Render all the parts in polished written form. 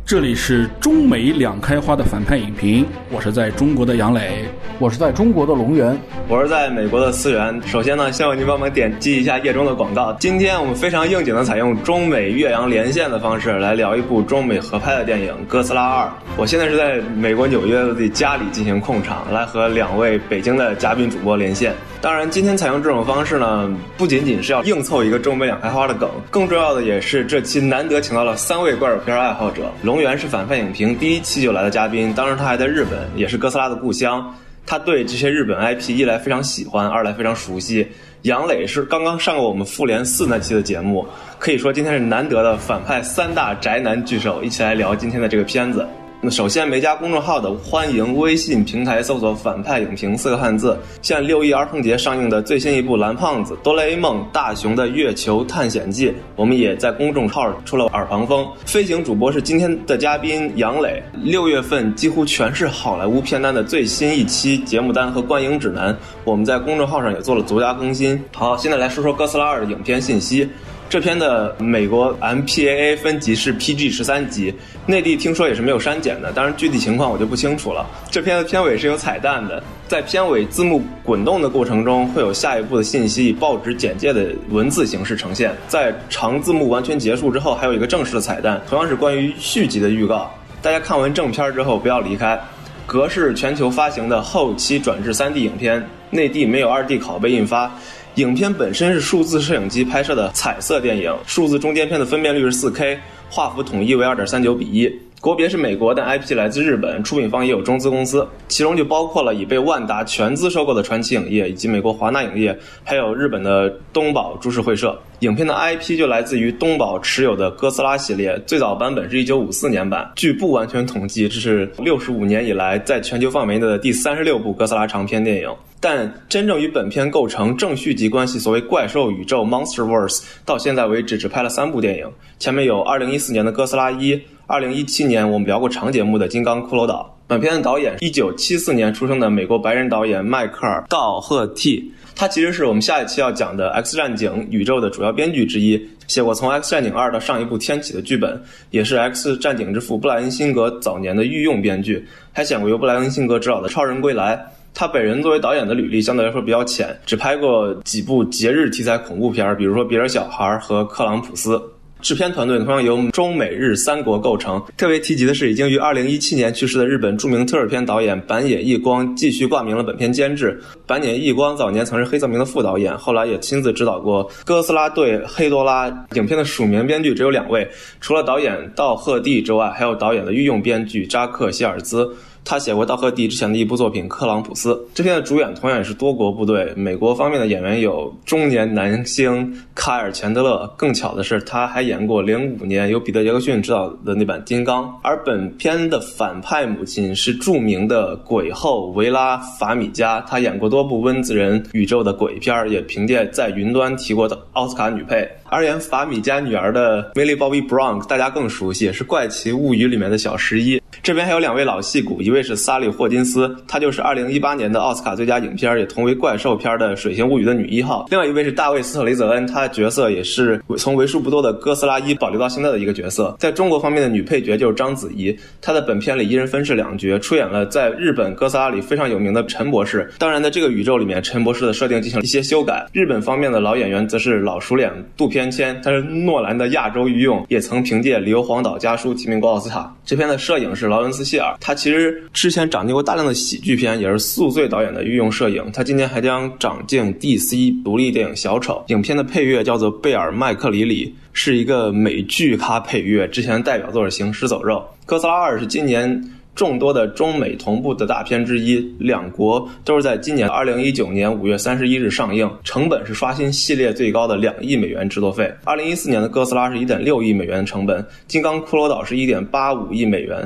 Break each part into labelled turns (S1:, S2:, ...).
S1: 这里是中美两开花的反派影评，我是在中国的杨磊，
S2: 我是在中国的龙源，
S3: 我是在美国的思源。首先呢，希望您帮忙点击一下页中的广告。今天我们非常应景的采用中美越洋连线的方式来聊一部中美合拍的电影《哥斯拉2》。我现在是在美国纽约的家里进行控场，来和两位北京的嘉宾主播连线。当然，今天采用这种方式呢，不仅仅是要硬凑一个中美两开花的梗，更重要的也是这期难得请到了3位怪兽片爱好者。龙源是反派影评第1期就来的嘉宾，当时他还在日本，也是哥斯拉的故乡。他对这些日本 IP 一来非常喜欢，二来非常熟悉。杨磊是刚刚上过我们复联4那期的节目，可以说今天是难得的反派3大宅男聚首，一起来聊今天的这个片子。那首先，每家公众号的欢迎微信平台搜索反派影评4个汉字。现6一儿童节上映的最新一部蓝胖子哆啦 A 梦大雄的月球探险记，我们也在公众号出了耳旁风。飞行主播是今天的嘉宾杨磊。6月份几乎全是好莱坞片单的最新一期节目单和观影指南，我们在公众号上也做了独家更新。好，现在来说说哥斯拉2的影片信息。这片的美国 MPAA 分级是 PG-13 级，内地听说也是没有删减的，当然具体情况我就不清楚了。这片的片尾是有彩蛋的，在片尾字幕滚动的过程中会有下一步的信息以报纸简介的文字形式呈现，在长字幕完全结束之后还有一个正式的彩蛋，同样是关于续集的预告。大家看完正片之后不要离开。格式全球发行的后期转制 3D 影片，内地没有2D 拷贝印发。影片本身是数字摄影机拍摄的彩色电影，数字中间片的分辨率是 4K， 画幅统一为 2.39:1。国别是美国，但 IP 来自日本，出品方也有中资公司，其中就包括了已被万达全资收购的传奇影业，以及美国华纳影业，还有日本的东宝株式会社。影片的 IP 就来自于东宝持有的哥斯拉系列，最早版本是1954年版，据不完全统计，这是65年以来在全球范围内的第36部哥斯拉长篇电影。但真正与本片构成正续集关系，所谓怪兽宇宙 Monsterverse， 到现在为止只拍了3部电影，前面有2014年的哥斯拉1， 2017年我们聊过长节目的金刚骷髅岛。本片的导演1974年出生的美国白人导演迈克尔·道赫蒂，他其实是我们下一期要讲的 X 战警宇宙的主要编剧之一，写过从 X 战警2到上一部天启的剧本，也是 X 战警之父布莱恩辛格早年的御用编剧，还写过由布莱恩辛格执导的超人归来。他本人作为导演的履历相对来说比较浅，只拍过几部节日题材恐怖片，比如说比尔小孩和克朗普斯。制片团队同样由中美日3国构成，特别提及的是已经于2017年去世的日本著名特摄片导演坂野义光继续挂名了本片监制。坂野义光早年曾是黑泽明的副导演，后来也亲自指导过哥斯拉对黑多拉。影片的署名编剧只有2位，除了导演道赫蒂之外，还有导演的御用编剧扎克希尔兹，他写过道赫蒂之前的一部作品《克朗普斯》。这片的主演同样也是多国部队，美国方面的演员有中年男星卡尔·钱德勒，更巧的是他还演过05年由彼得·杰克逊执导的那版《金刚》。而本片的反派母亲是著名的鬼后维拉·法米加，她演过多部温子仁宇宙的鬼片，也凭借在云端提过的奥斯卡女配。而演法米加女儿的梅丽·鲍比·布朗大家更熟悉，也是《怪奇物语》里面的小11。这边还有2位老戏骨，一位是萨利·霍金斯，她就是2018年的奥斯卡最佳影片，也同为怪兽片的《水形物语》的女1号。另外一位是大卫·斯特雷泽恩，她的角色也是从为数不多的哥斯拉1保留到现在的一个角色。在中国方面的女配角就是章子怡，她在本片里一人分饰2角，出演了在日本哥斯拉里非常有名的陈博士。当然在这个宇宙里面，陈博士的设定进行了一些修改。日本方面的老演员则是老熟脸渡边谦，他是诺兰的亚洲御用，也曾凭借《硫磺岛家书》提名过奥斯卡。这片的摄影是劳伦斯·谢尔，他其实之前掌镜过大量的喜剧片，也是宿醉导演的御用摄影。他今年还将掌镜 DC 独立电影《小丑》。影片的配乐叫做贝尔·麦克里里，是一个美剧咖配乐，之前代表作是《行尸走肉》。哥斯拉2是今年众多的中美同步的大片之一，两国都是在今年2019年5月31日上映，成本是刷新系列最高的2亿美元制作费。2014年的哥斯拉是1.6亿美元成本，金刚骷髅岛是1.85亿美元。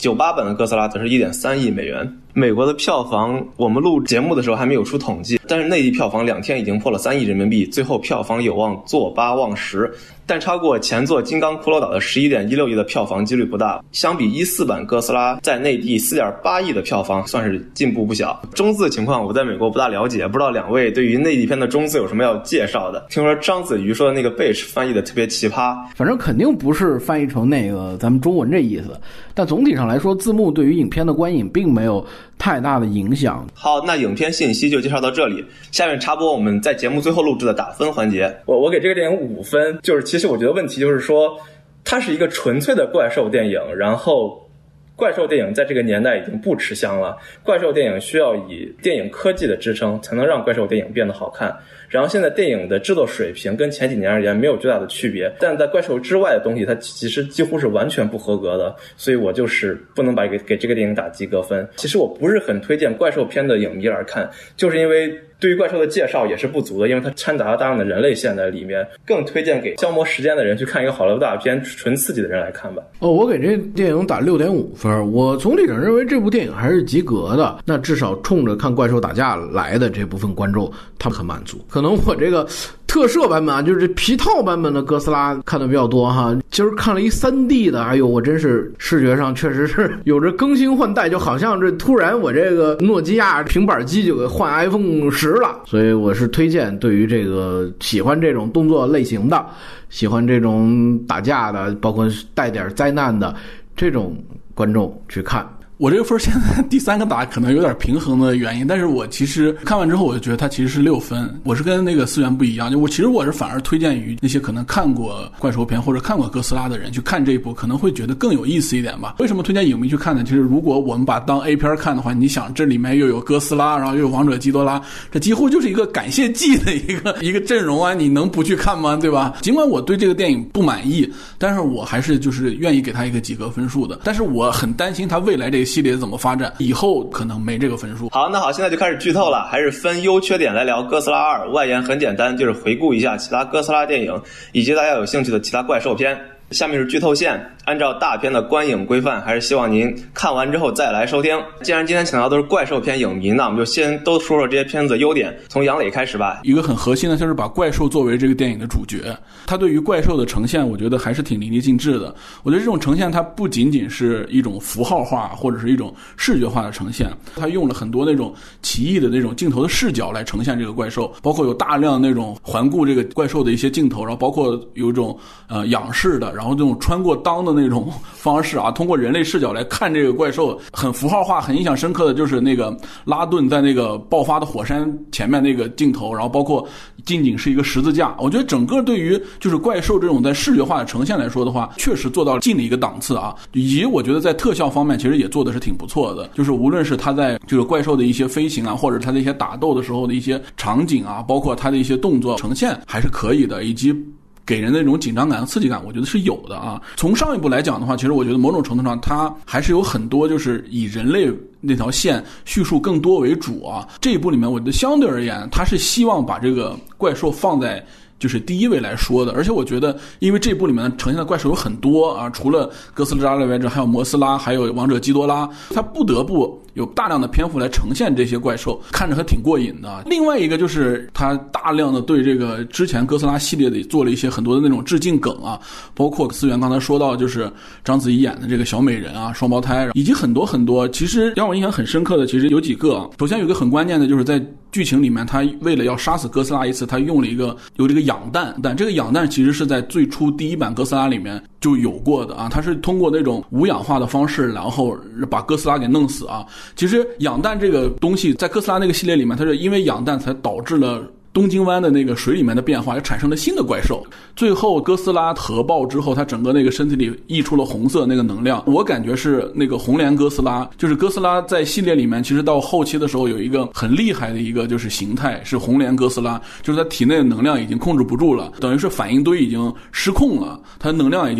S3: 98版的哥斯拉则是 1.3 亿美元。美国的票房我们录节目的时候还没有出统计，但是内地票房2天已经破了3亿人民币，最后票房有望坐8望10，但超过前作《金刚骷髅岛》的11.16亿的票房几率不大。相比14版哥斯拉在内地 4.8 亿的票房，算是进步不小。中字情况我在美国不大了解，不知道两位对于内地片的中字有什么要介绍的？听说章子怡说的那个 bitch 翻译的特别奇葩，
S2: 反正肯定不是翻译成那个咱们中文这意思，但总体上来说，字幕对于影片的观影并没有太大的影响。
S3: 好，那影片信息就介绍到这里，下面插播我们在节目最后录制的打分环节。我给这个电影5分，就是其实我觉得问题就是说，它是一个纯粹的怪兽电影，然后怪兽电影在这个年代已经不吃香了，怪兽电影需要以电影科技的支撑才能让怪兽电影变得好看。然后现在电影的制作水平跟前几年而言没有巨大的区别，但在怪兽之外的东西它其实几乎是完全不合格的，所以我就是不能把给这个电影打及格分。其实我不是很推荐怪兽片的影迷来看，就是因为对于怪兽的介绍也是不足的，因为它掺杂了大量的人类线在里面，更推荐给消磨时间的人去看一个好莱坞大片，纯刺激的人来看吧。
S2: 我给这电影打 6.5 分，我总体上认为这部电影还是及格的，那至少冲着看怪兽打架来的这部分观众他们很满足。可能我这个特摄版本啊，就是皮套版本的哥斯拉看的比较多哈，今儿看了一 3D 的，哎呦，我真是视觉上确实是有着更新换代，就好像这突然我这个诺基亚平板机就给换 iPhone 10了，所以我是推荐对于这个喜欢这种动作类型的，喜欢这种打架的，包括带点灾难的这种观众去看。
S1: 我这个分现在第3个打可能有点平衡的原因，但是我其实看完之后我就觉得它其实是6分，我是跟那个思源不一样，就其实我是反而推荐于那些可能看过怪兽片或者看过哥斯拉的人去看这一部，可能会觉得更有意思一点吧。为什么推荐影迷去看呢？其实如果我们把当 A 片看的话，你想这里面又有哥斯拉，然后又有王者基多拉，这几乎就是一个感谢祭的一个阵容啊，你能不去看吗？对吧？尽管我对这个电影不满意，但是我还是就是愿意给他一个及格分数的，但是我很担心他未来这个系列怎么发展，以后可能没这个分数。
S3: 好，那好，现在就开始剧透了，还是分优缺点来聊哥斯拉2。外延很简单，就是回顾一下其他哥斯拉电影以及大家有兴趣的其他怪兽片。下面是剧透线，按照大片的观影规范，还是希望您看完之后再来收听。既然今天请到都是怪兽片影迷，那我们就先都说说这些片子的优点，从杨磊开始吧。
S1: 一个很核心的就是把怪兽作为这个电影的主角，他对于怪兽的呈现我觉得还是挺淋漓尽致的。我觉得这种呈现它不仅仅是一种符号化或者是一种视觉化的呈现，他用了很多那种奇异的那种镜头的视角来呈现这个怪兽，包括有大量那种环顾这个怪兽的一些镜头，然后包括有一种仰视的，然后这种穿过裆的那种方式啊，通过人类视角来看这个怪兽，很符号化很印象深刻的就是那个拉顿在那个爆发的火山前面那个镜头，然后包括近景是一个十字架。我觉得整个对于就是怪兽这种在视觉化的呈现来说的话，确实做到进了一个档次啊，以及我觉得在特效方面其实也做的是挺不错的，就是无论是他在就是怪兽的一些飞行啊，或者他的一些打斗的时候的一些场景啊，包括他的一些动作呈现还是可以的，以及给人的那种紧张感和刺激感我觉得是有的啊。从上一部来讲的话，其实我觉得某种程度上它还是有很多就是以人类那条线叙述更多为主啊。这一部里面我觉得相对而言它是希望把这个怪兽放在就是第一位来说的，而且我觉得因为这部里面呈现的怪兽有很多啊，除了哥斯拉外，还有摩斯拉，还有王者基多拉，它不得不有大量的篇幅来呈现这些怪兽，看着还挺过瘾的。另外一个就是它大量的对这个之前哥斯拉系列的做了一些很多的那种致敬梗啊，包括思源刚才说到就是章子怡演的这个小美人啊，双胞胎，以及很多很多其实让我印象很深刻的其实有几个啊。首先有一个很关键的就是在剧情里面，他为了要杀死哥斯拉一次，他用了有这个氧弹，但这个氧弹其实是在最初第一版哥斯拉里面就有过的啊，它是通过那种无氧化的方式，然后把哥斯拉给弄死啊。其实氧弹这个东西在哥斯拉那个系列里面，它是因为氧弹才导致了东京湾的那个水里面的变化，也产生了新的怪兽。最后哥斯拉核爆之后，它整个那个身体里溢出了红色那个能量，我感觉是那个红莲哥斯拉，就是哥斯拉在系列里面其实到后期的时候有一个很厉害的一个就是形态是红莲哥斯拉，就是它体内的能量已经控制不住了，等于是反应堆已经失控了，它能量已经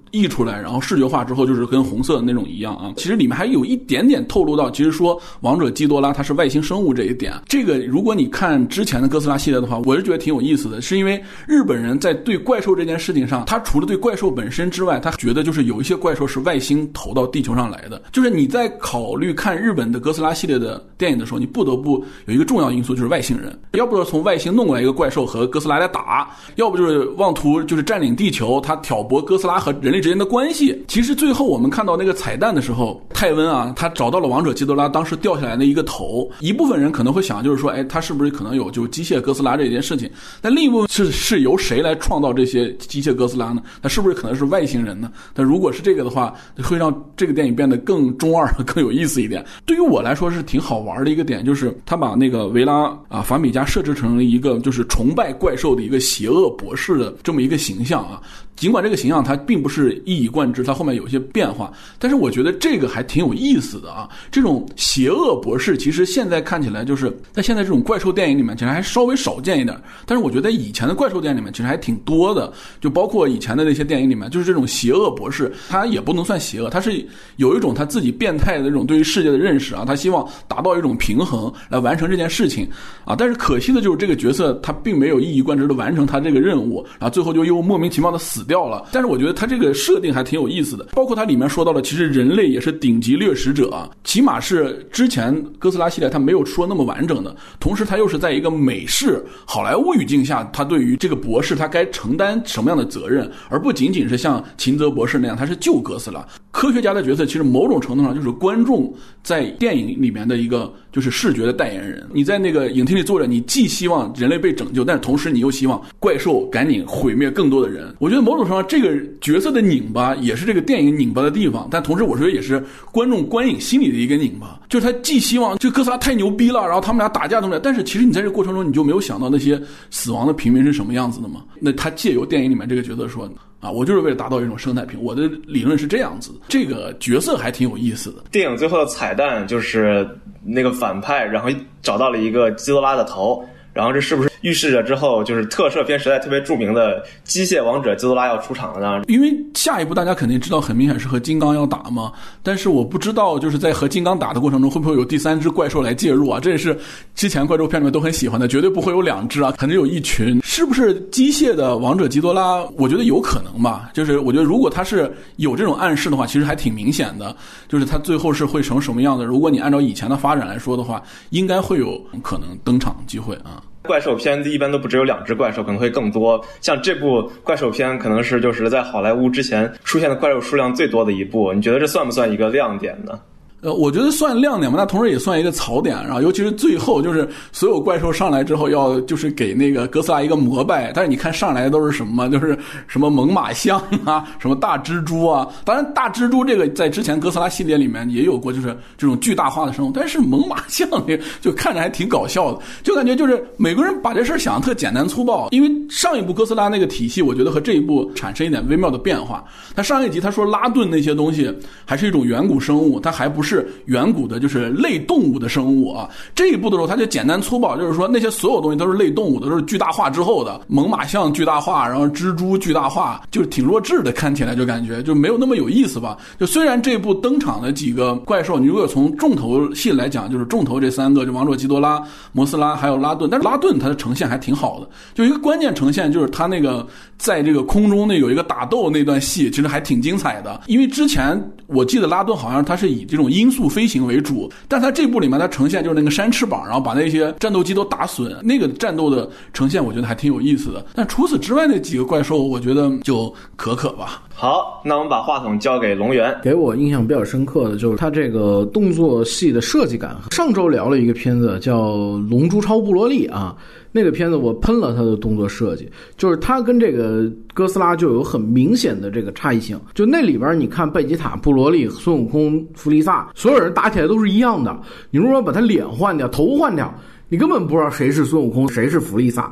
S1: 溢出来，然后视觉化之后就是跟红色的那种一样啊。其实里面还有一点点透露到，其实说王者基多拉它是外星生物这一点。这个如果你看之前的哥斯拉系列的话，我是觉得挺有意思的，是因为日本人在对怪兽这件事情上，他除了对怪兽本身之外，他觉得就是有一些怪兽是外星投到地球上来的。就是你在考虑看日本的哥斯拉系列的电影的时候，你不得不有一个重要因素，就是外星人，要不就是从外星弄过来一个怪兽和哥斯拉来打，要不就是妄图就是占领地球，他挑拨哥斯拉和人类之间的关系。其实最后我们看到那个彩蛋的时候，泰温啊，他找到了王者基多拉当时掉下来的一个头，一部分人可能会想就是说，哎，他是不是可能有就机械哥斯拉这件事情？但另一部分是由谁来创造这些机械哥斯拉呢？那是不是可能是外星人呢？但如果是这个的话，会让这个电影变得更中二、更有意思一点。对于我来说是挺好玩的一个点，就是他把那个维拉啊法米加设置成了一个就是崇拜怪兽的一个邪恶博士的这么一个形象啊。尽管这个形象它并不是一以贯之，它后面有一些变化，但是我觉得这个还挺有意思的啊。这种邪恶博士其实现在看起来就是在现在这种怪兽电影里面其实还稍微少见一点，但是我觉得在以前的怪兽电影里面其实还挺多的，就包括以前的那些电影里面，就是这种邪恶博士，他也不能算邪恶，他是有一种他自己变态的那种对于世界的认识啊，他希望达到一种平衡来完成这件事情啊。但是可惜的就是这个角色他并没有一以贯之的完成他这个任务，然后最后就又莫名其妙的死掉了。但是我觉得他这个设定还挺有意思的，包括他里面说到了其实人类也是顶级掠食者啊，起码是之前哥斯拉系列他没有说那么完整的，同时他又是在一个美式好莱坞语境下，他对于这个博士他该承担什么样的责任，而不仅仅是像秦泽博士那样他是救哥斯拉。科学家的角色其实某种程度上就是观众在电影里面的一个就是视觉的代言人，你在那个影厅里坐着，你既希望人类被拯救，但是同时你又希望怪兽赶紧毁灭更多的人。我觉得某种程度上这个角色的拧巴也是这个电影拧巴的地方，但同时我觉得也是观众观影心里的一个拧巴，就是他既希望这哥斯拉太牛逼了，然后他们俩打架怎么样，但是其实你在这个过程中你就没有想到那些死亡的平民是什么样子的嘛。那他借由电影里面这个角色说啊，我就是为了达到一种生态平衡，我的理论是这样子的，这个角色还挺有意思的。
S3: 电影最后的彩蛋就是那个反派然后找到了一个基多拉的头，然后这是不是预示着之后就是特摄片时代特别著名的机械王者基多拉要出场了呢？
S1: 因为下一步大家肯定知道很明显是和金刚要打嘛，但是我不知道就是在和金刚打的过程中会不会有第三只怪兽来介入啊，这也是之前怪兽片里面都很喜欢的，绝对不会有两只啊，肯定有一群。是不是机械的王者基多拉？我觉得有可能吧，就是我觉得如果他是有这种暗示的话，其实还挺明显的，就是他最后是会成什么样的，如果你按照以前的发展来说的话，应该会有可能登场机会啊。
S3: 怪兽片一般都不只有2只怪兽，可能会更多，像这部怪兽片可能是就是在好莱坞之前出现的怪兽数量最多的一部，你觉得这算不算一个亮点呢？
S1: 我觉得算亮点嘛，那同时也算一个槽点，然后尤其是最后就是所有怪兽上来之后要就是给那个哥斯拉一个膜拜，但是你看上来的都是什么，就是什么猛犸象啊，什么大蜘蛛啊，当然大蜘蛛这个在之前哥斯拉系列里面也有过，就是这种巨大化的生物，但是猛犸象就看着还挺搞笑的，就感觉就是每个人把这事想得特简单粗暴，因为上一部哥斯拉那个体系我觉得和这一部产生一点微妙的变化。他上一集他说拉顿那些东西还是一种远古生物，它还不是远古的就是类动物的生物啊，这一步的时候它就简单粗暴，就是说那些所有东西都是类动物的，都是巨大化之后的，猛犸象巨大化，然后蜘蛛巨大化，就是挺弱智的，看起来就感觉就没有那么有意思吧。就虽然这部登场的几个怪兽，你如果从重头戏来讲，就是重头这3个，就王者基多拉、摩斯拉还有拉顿，但是拉顿它的呈现还挺好的，就一个关键呈现就是它那个在这个空中那有一个打斗那段戏，其实还挺精彩的。因为之前我记得拉顿好像它是以这种音速飞行为主，但它这部里面它呈现就是那个扇翅膀，然后把那些战斗机都打损，那个战斗的呈现我觉得还挺有意思的。但除此之外那几个怪兽我觉得就可吧。
S3: 好，那我们把话筒交给龙源。
S2: 给我印象比较深刻的就是它这个动作戏的设计感。上周聊了一个片子叫《龙珠超布罗利》啊，那个片子我喷了它的动作设计，就是它跟这个哥斯拉就有很明显的这个差异性。就那里边你看贝吉塔、布罗利、孙悟空、弗利萨，所有人打起来都是一样的，你如果把他脸换掉、头换掉，你根本不知道谁是孙悟空谁是弗利萨。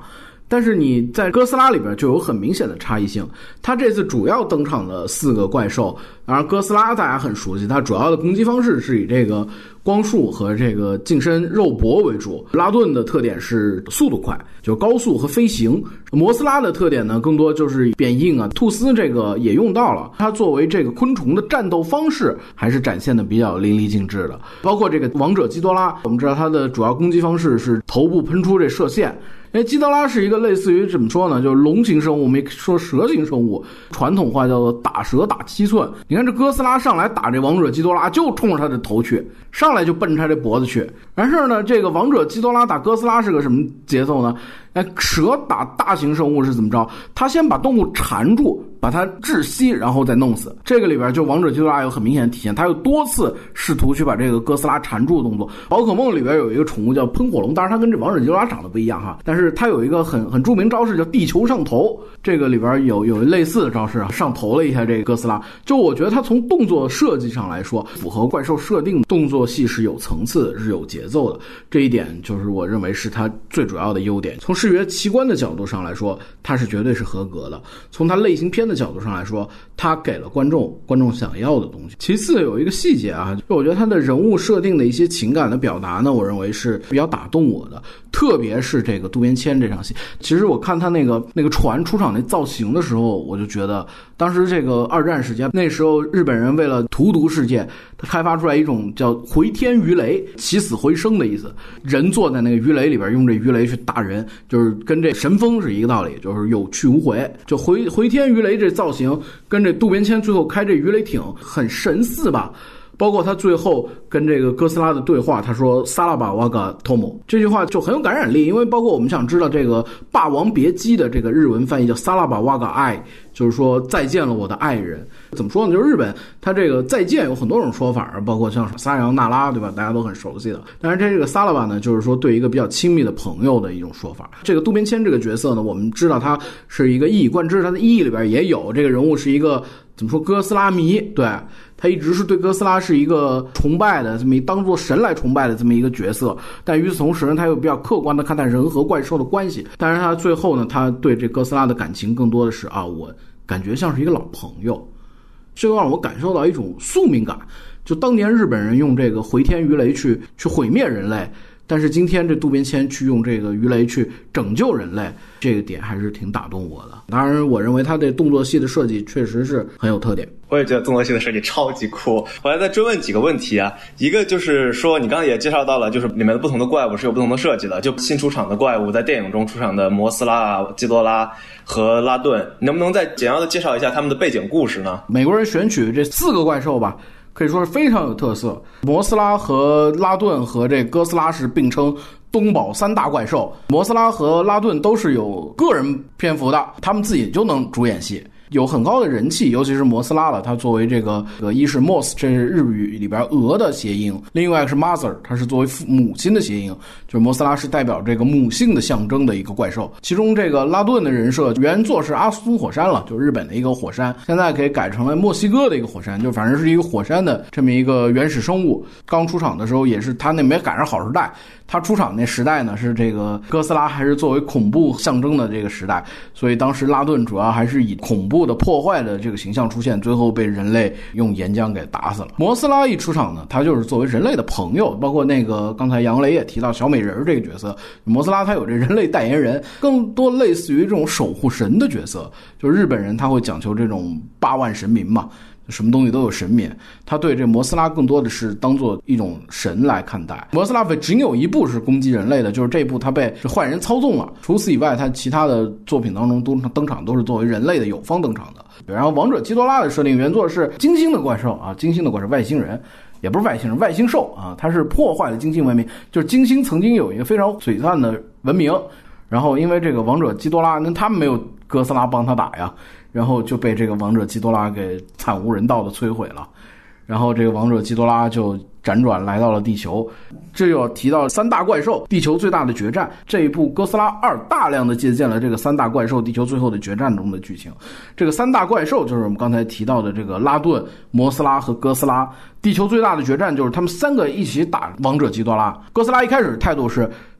S2: 但是你在哥斯拉里边就有很明显的差异性。它这次主要登场的4个怪兽，当然哥斯拉大家很熟悉，它主要的攻击方式是以这个光束和这个近身肉搏为主。拉顿的特点是速度快，就是高速和飞行。摩斯拉的特点呢，更多就是变硬啊，吐丝这个也用到了。它作为这个昆虫的战斗方式，还是展现的比较淋漓尽致的。包括这个王者基多拉，我们知道它的主要攻击方式是头部喷出这射线。因为基多拉是一个类似于怎么说呢，就是龙形生物，我们说蛇形生物，传统话叫做打蛇打7寸。你看这哥斯拉上来打这王者基多拉，就冲着他的头去，上来就奔着他这脖子去。完事儿呢，这个王者基多拉打哥斯拉是个什么节奏呢？蛇打大型生物是怎么着？他先把动物缠住，把它窒息，然后再弄死。这个里边就王者基多拉有很明显的体现，他有多次试图去把这个哥斯拉缠住的动作。宝可梦里边有一个宠物叫喷火龙，当然它跟这王者基多拉长得不一样哈，但是它有一个很著名招式叫地球上头。这个里边有类似的招式啊，上头了一下这个哥斯拉。就我觉得它从动作设计上来说，符合怪兽设定，动作戏是有层次的，是有节奏的。这一点就是我认为是它最主要的优点。从视觉奇观的角度上来说，它是绝对是合格的。从它类型片的角度上来说，它给了观众想要的东西。其次有一个细节啊，就我觉得它的人物设定的一些情感的表达呢，我认为是比较打动我的。特别是这个渡边谦这场戏，其实我看他那个船出场那造型的时候，我就觉得当时这个2战时间，那时候日本人为了荼毒世界，他开发出来一种叫回天鱼雷，起死回生的意思。人坐在那个鱼雷里边，用这鱼雷去打人，就是跟这神风是一个道理，就是有去无回。就回天鱼雷这造型跟这渡边谦最后开这鱼雷艇很神似吧。包括他最后跟这个哥斯拉的对话，他说萨拉巴瓦嘎托姆，这句话就很有感染力。因为包括我们想知道这个霸王别姬的这个日文翻译叫萨拉巴瓦嘎爱，就是说再见了我的爱人。怎么说呢，就是日本他这个再见有很多种说法，包括像撒扬那拉，对吧，大家都很熟悉的。但是这个萨拉巴呢，就是说对一个比较亲密的朋友的一种说法。这个渡边谦这个角色呢，我们知道他是一个一以贯之，他的意义里边也有这个人物是一个怎么说哥斯拉迷，对，他一直是对哥斯拉是一个崇拜的，这么当做神来崇拜的这么一个角色。但与此同时呢，他又比较客观的看待人和怪兽的关系。但是他最后呢，他对这哥斯拉的感情更多的是我感觉像是一个老朋友，这个让我感受到一种宿命感。就当年日本人用这个回天鱼雷去毁灭人类，但是今天这渡边谦去用这个鱼雷去拯救人类，这个点还是挺打动我的。当然我认为他这动作戏的设计确实是很有特点。
S3: 我也觉得动作戏的设计超级酷。我还再追问几个问题啊，一个就是说你刚刚也介绍到了，就是里面的不同的怪物是有不同的设计的，就新出场的怪物在电影中出场的摩斯拉、基多拉和拉顿，能不能再简要的介绍一下他们的背景故事呢？
S2: 美国人选取这4个怪兽吧，可以说是非常有特色。摩斯拉和拉顿和这哥斯拉是并称东宝3大怪兽。摩斯拉和拉顿都是有个人篇幅的，他们自己就能主演戏，有很高的人气。尤其是摩斯拉了，它作为这个一是 moth， 这是日语里边鹅的谐音，另外是 mother， 它是作为母亲的谐音，就是摩斯拉是代表这个母性的象征的一个怪兽。其中这个拉顿的人设原作是阿斯通火山了，就是日本的一个火山，现在可以改成了墨西哥的一个火山，就反正是一个火山的这么一个原始生物。刚出场的时候也是他那没赶上好时代，他出场那时代呢是这个哥斯拉还是作为恐怖象征的这个时代，所以当时拉顿主要还是以恐怖的破坏的这个形象出现，最后被人类用岩浆给打死了。摩斯拉一出场呢，他就是作为人类的朋友，包括那个刚才杨雷也提到小美人这个角色，摩斯拉他有这人类代言人，更多类似于这种守护神的角色，就是日本人他会讲求这种8万神明嘛，什么东西都有神明，他对这摩斯拉更多的是当做一种神来看待。摩斯拉仅有一部是攻击人类的，就是这部他被坏人操纵了，除此以外他其他的作品当中都登场都是作为人类的友方登场的。然后王者基多拉的设定原作是金星的怪兽啊，金星的怪兽，外星人也不是外星人，外星兽啊，它是破坏了金星文明，就是金星曾经有一个非常璀璨的文明，然后因为这个王者基多拉他们没有哥斯拉帮他打呀，然后就被这个王者基多拉给惨无人道的摧毁了。然后这个王者基多拉就辗转来到了地球，这又要提到3大怪兽，地球最大的决战。这一部哥斯拉2大量的借鉴了这个3大怪兽地球最后的决战中的剧情。这个3大怪兽就是我们刚才提到的这个拉顿、摩斯拉和哥斯拉。地球最大的决战就是他们3个一起打王者基多拉。哥斯拉一开始态度是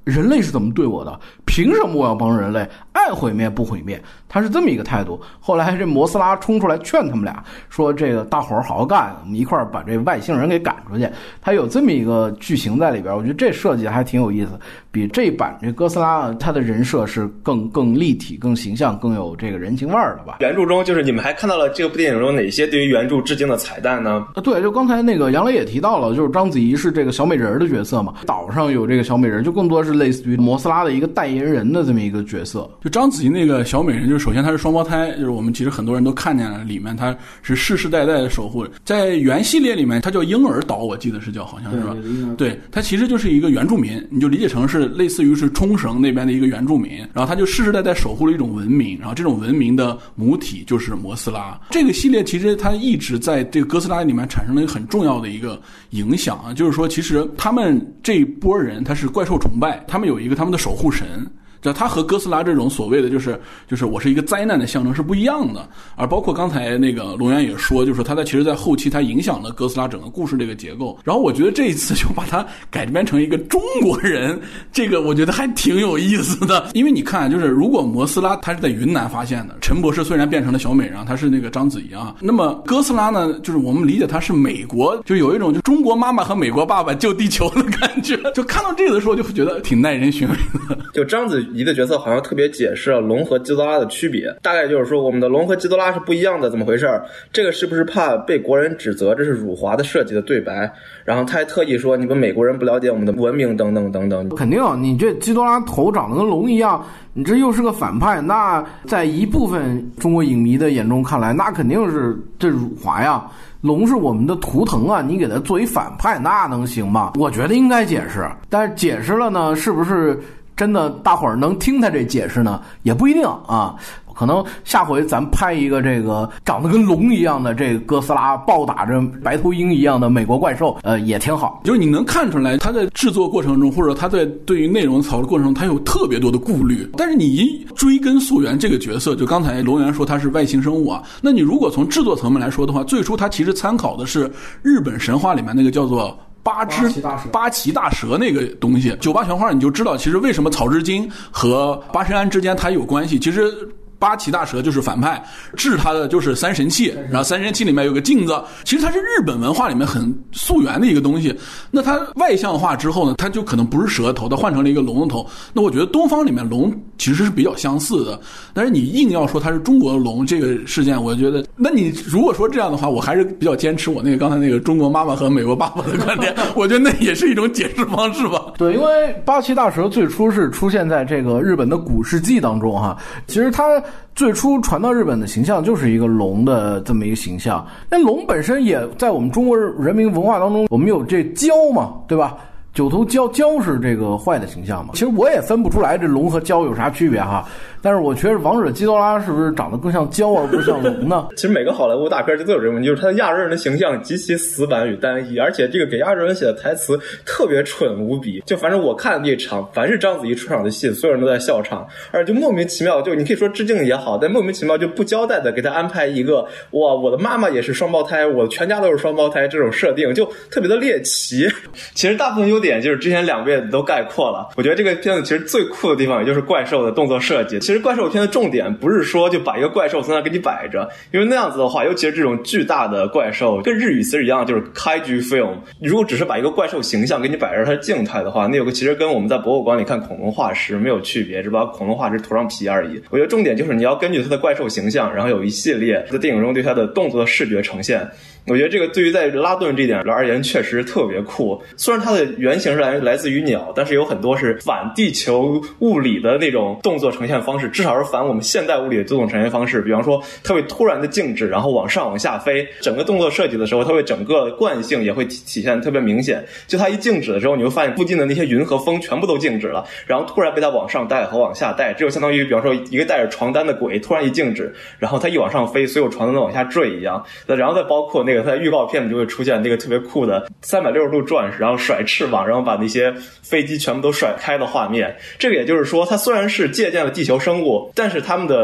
S2: 人类是怎么对我的？凭什么我要帮人类？爱毁灭不毁灭？他是这么一个态度。后来这摩斯拉冲出来劝他们俩，说这个大伙儿好好干，我们一块儿把这外星人给赶出去。他有这么一个剧情在里边，我觉得这设计还挺有意思。比这一版这哥斯拉他的人设是更立体、更形象、更有这个人情味儿的吧。
S3: 原著中就是你们还看到了这部电影中哪些对于原著致敬的彩蛋呢？
S2: 对，就刚才那个杨磊也提到了，就是章子怡是这个小美人的角色嘛，岛上有这个小美人，就更多是类似于摩斯拉的一个代言人的这么一个角色。
S1: 就章子怡那个小美人，就是首先她是双胞胎，就是我们其实很多人都看见了，里面她是世世代代的守护。在原系列里面，她叫婴儿岛，我记得是叫，好像是吧？对，她其实就是一个原住民，你就理解成是类似于是冲绳那边的一个原住民，然后她就世世代代守护了一种文明，然后这种文明的母体就是摩斯拉。这个系列其实它一直在这个哥斯拉里面产生了一个很重要的一个影响啊，就是说其实他们这一波人他是怪兽崇拜，他们有一个他们的守护神。他和哥斯拉这种所谓的就是我是一个灾难的象征是不一样的，而包括刚才那个龙源也说，就是他其实在后期他影响了哥斯拉整个故事这个结构。然后我觉得这一次就把它改编成一个中国人，这个我觉得还挺有意思的。因为你看，就是如果摩斯拉他是在云南发现的，陈博士虽然变成了小美人，他是那个章子怡啊，那么哥斯拉呢，就是我们理解他是美国，就有一种就中国妈妈和美国爸爸救地球的感觉。就看到这个的时候，就会觉得挺耐人寻味的。
S3: 就章子怡的角色好像特别解释了龙和基多拉的区别，大概就是说我们的龙和基多拉是不一样的，怎么回事？这个是不是怕被国人指责这是辱华的设计的对白？然后他还特意说你们美国人不了解我们的文明等等等等。
S2: 肯定你这基多拉头长得跟龙一样，你这又是个反派，那在一部分中国影迷的眼中看来，那肯定是这辱华呀。龙是我们的图腾啊，你给他做一反派，那能行吗？我觉得应该解释，但是解释了呢，是不是真的大伙儿能听他这解释呢？也不一定啊。可能下回咱拍一个这个长得跟龙一样的这个哥斯拉暴打着白头鹰一样的美国怪兽，也挺好。
S1: 就是你能看出来他在制作过程中，或者他在对于内容讨论过程中，他有特别多的顾虑。但是你一追根溯源，这个角色就刚才龙源说他是外星生物啊，那你如果从制作层面来说的话，最初他其实参考的是日本神话里面那个叫做八岐大蛇那个东西。九八玄花你就知道，其实为什么草之金和八神庵之间它有关系。其实八岐大蛇就是反派，治他的就是三神器，然后三神器里面有个镜子，其实它是日本文化里面很溯源的一个东西。那它外向化之后呢，它就可能不是蛇头，它换成了一个龙的头。那我觉得东方里面龙其实是比较相似的，但是你硬要说它是中国的龙这个事件，我觉得那你如果说这样的话，我还是比较坚持我那个刚才那个中国妈妈和美国爸爸的观点。我觉得那也是一种解释方式吧。
S2: 对，因为八岐大蛇最初是出现在这个日本的古事记当中哈，其实它最初传到日本的形象就是一个龙的这么一个形象。那龙本身也在我们中国人民文化当中，我们有这蛟嘛，对吧？九头蛟，蛟是这个坏的形象嘛。其实我也分不出来这龙和蛟有啥区别哈，但是我觉得王者基多拉是不是长得更像蛟而不像龙呢？
S3: 其实每个好莱坞大片就都有这个问题，就是他的亚洲人的形象极其死板与单一，而且这个给亚洲人写的台词特别蠢无比。就反正我看这场，凡是章子怡出场的戏，所有人都在笑场，而且就莫名其妙，就你可以说致敬也好，但莫名其妙就不交代的给他安排一个哇，我的妈妈也是双胞胎，我的全家都是双胞胎这种设定，就特别的猎奇。其实大部分优点就是之前两位都概括了。我觉得这个片子其实最酷的地方也就是怪兽的动作设计。其实怪兽片的重点不是说就把一个怪兽从那给你摆着，因为那样子的话，尤其是这种巨大的怪兽，跟日语词一样，就是 kaiju film。如果只是把一个怪兽形象给你摆着它是静态的话，那有个其实跟我们在博物馆里看恐龙化石没有区别，只把恐龙化石涂上皮而已。我觉得重点就是你要根据它的怪兽形象，然后有一系列在电影中对它的动作的视觉呈现。我觉得这个对于在拉顿这一点而言确实特别酷。虽然它的原型是来自于鸟，但是有很多是反地球物理的那种动作呈现方式，至少是反我们现代物理的动作呈现方式。比方说它会突然的静止，然后往上往下飞，整个动作设计的时候它会整个惯性也会体现特别明显。就它一静止的时候，你会发现附近的那些云和风全部都静止了，然后突然被它往上带和往下带，这就相当于比方说一个带着床单的鬼突然一静止，然后它一往上飞，所有床单都往下坠一样。然后再包括那个它在预告片里就会出现那个特别酷的360度转，然后甩翅膀，然后把那些飞机全部都甩开的画面。这个也就是说它虽然是借鉴了地球生物，但是他们的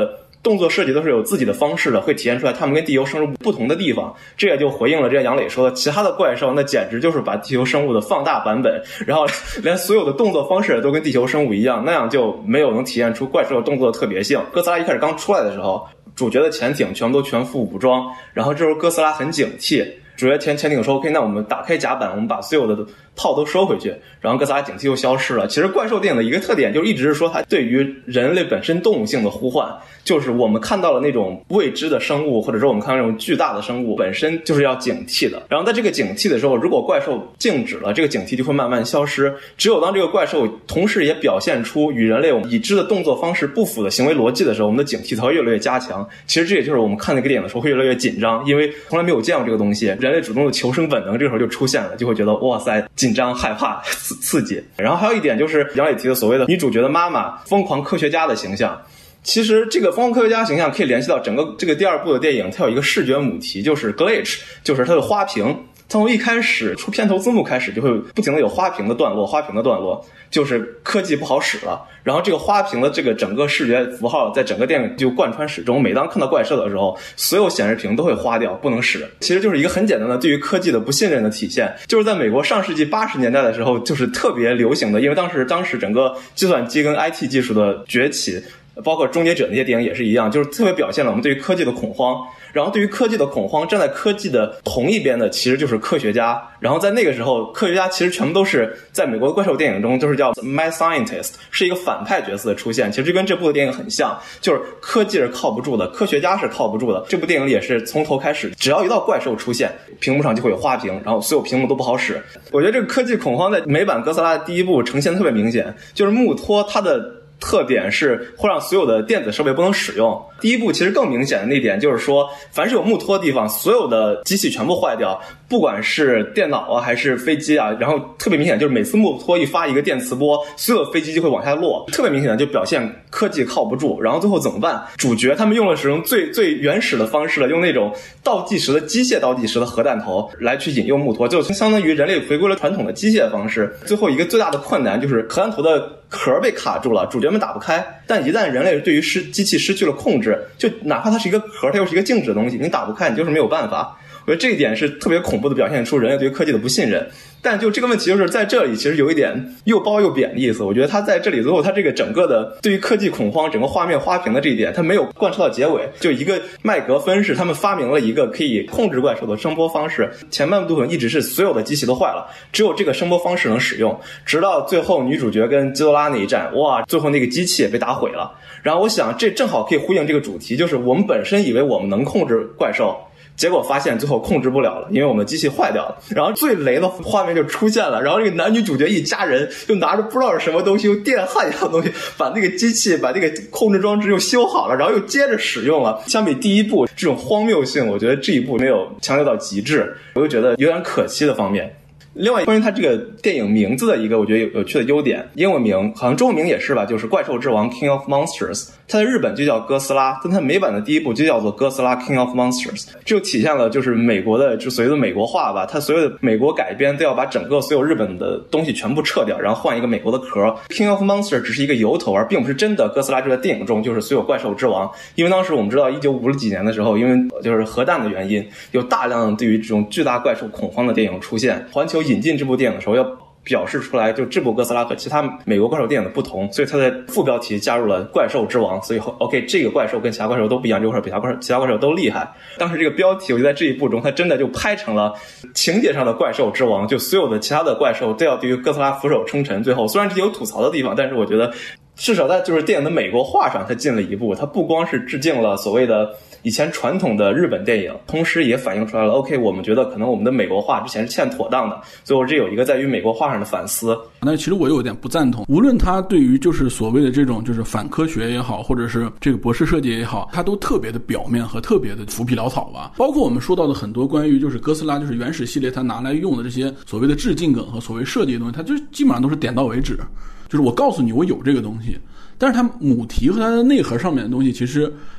S3: 动作设计都是有自己的方式的，会体现出来他们跟地球生物不同的地方。这也就回应了之前杨磊说的，其他的怪兽那简直就是把地球生物的放大版本，然后连所有的动作方式都跟地球生物一样，那样就没有能体现出怪兽动作的特别性。哥斯拉一开始刚出来的时候，主角的潜艇全部都全副武装，然后这时候哥斯拉很警惕，主角潜艇说 OK， 那我们打开甲板，我们把所有的套都收回去，然后哥斯拉警惕又消失了。其实怪兽电影的一个特点就是一直是说它对于人类本身动物性的呼唤，就是我们看到了那种未知的生物，或者说我们看到那种巨大的生物本身就是要警惕的。然后在这个警惕的时候，如果怪兽静止了，这个警惕就会慢慢消失。只有当这个怪兽同时也表现出与人类已知的动作方式不符的行为逻辑的时候，我们的警惕才会越来越加强。其实这也就是我们看那个电影的时候会越来越紧张，因为从来没有见过这个东西，人类主动的求生本能这个时候就出现了，就会觉得哇塞，紧张害怕刺激。然后还有一点就是杨磊提的所谓的女主角的妈妈疯狂科学家的形象，其实这个疯狂科学家形象可以联系到整个这个第二部的电影，它有一个视觉母题，就是 glitch， 就是它的花屏。从一开始出片头字幕开始就会不停的有花屏的段落，就是科技不好使了。然后这个花屏的这个整个视觉符号在整个电影就贯穿始终，每当看到怪兽的时候，所有显示屏都会花掉，不能使。其实就是一个很简单的对于科技的不信任的体现。就是在美国上世纪80年代的时候，就是特别流行的，因为当时整个计算机跟 IT 技术的崛起，包括终结者那些电影也是一样，就是特别表现了我们对于科技的恐慌。然后对于科技的恐慌，站在科技的同一边的其实就是科学家。然后在那个时候，科学家其实全部都是在美国的怪兽电影中都是叫 mad scientist， 是一个反派角色的出现。其实跟这部的电影很像，就是科技是靠不住的，科学家是靠不住的。这部电影里也是从头开始，只要一到怪兽出现，屏幕上就会有花屏，然后所有屏幕都不好使。我觉得这个科技恐慌在美版哥斯拉的第一部呈现特别明显，就是穆托它的特点是会让所有的电子设备不能使用。第一部其实更明显的那点就是说，凡是有穆托的地方，所有的机器全部坏掉，不管是电脑啊还是飞机啊，然后特别明显就是每次穆托一发一个电磁波，所有的飞机就会往下落，特别明显的就表现科技靠不住。然后最后怎么办？主角他们使用最原始的方式了，用那种倒计时的机械倒计时的核弹头来去引诱穆托，就相当于人类回归了传统的机械方式。最后一个最大的困难就是核弹头的壳被卡住了，主角们打不开。但一旦人类对于机器失去了控制，就哪怕它是一个壳，它又是一个静止的东西，你打不开，你就是没有办法。我觉得这一点是特别恐怖的，表现出人类对于科技的不信任。但就这个问题就是在这里其实有一点又褒又贬的意思。我觉得他在这里最后他这个整个的对于科技恐慌整个画面花屏的这一点他没有贯彻到结尾。就一个麦格芬是他们发明了一个可以控制怪兽的声波方式，前半部分一直是所有的机器都坏了，只有这个声波方式能使用，直到最后女主角跟基多拉那一战，哇，最后那个机器也被打毁了。然后我想这正好可以呼应这个主题，就是我们本身以为我们能控制怪兽，结果发现最后控制不了了，因为我们的机器坏掉了。然后最雷的画面就出现了，然后这个男女主角一家人就拿着不知道是什么东西，用电焊一样的东西把那个机器把那个控制装置又修好了，然后又接着使用了。相比第一部这种荒谬性，我觉得这一部没有强调到极致，我就觉得有点可惜的方面。另外关于它这个电影名字的一个我觉得有趣的优点，英文名好像中文名也是吧，就是怪兽之王 King of Monsters， 它在日本就叫哥斯拉，但它美版的第一部就叫做哥斯拉 King of Monsters， 这就体现了就是美国的就所谓的美国化吧，它所有的美国改编都要把整个所有日本的东西全部撤掉，然后换一个美国的壳。 King of Monsters 只是一个由头，而并不是真的哥斯拉就在电影中就是所有怪兽之王。因为当时我们知道1950几年的时候，因为就是核弹的原因，有大量的对于这种巨大怪兽恐慌的电影出现，环球引进这部电影的时候要表示出来就这部哥斯拉和其他美国怪兽电影的不同，所以它在副标题加入了怪兽之王，所以 OK 这个怪兽跟其他怪兽都不一样，这个怪兽比其他怪兽都厉害。当时这个标题我就在这一部中它真的就拍成了情节上的怪兽之王，就所有的其他的怪兽都要对于哥斯拉俯首称臣。最后虽然这有吐槽的地方，但是我觉得至少在就是电影的美国化上它进了一步，它不光是致敬了所谓的以前传统的日本电影，同时也反映出来了 OK 我们觉得可能我们的美国化之前是欠妥当的，所以我这有一个在于美国化上的反思。
S1: 那其实我有点不赞同，无论他对于就是所谓的这种就是反科学也好，或者是这个博士设计也好，他都特别的表面和特别的浮皮潦草吧。包括我们说到的很多关于就是哥斯拉就是原始系列他拿来用的这些所谓的致敬梗和所谓设计的东西，他就基本上都是点到为止，就是我告诉你我有这个东西，但是它母题和它的内核上面的东西其实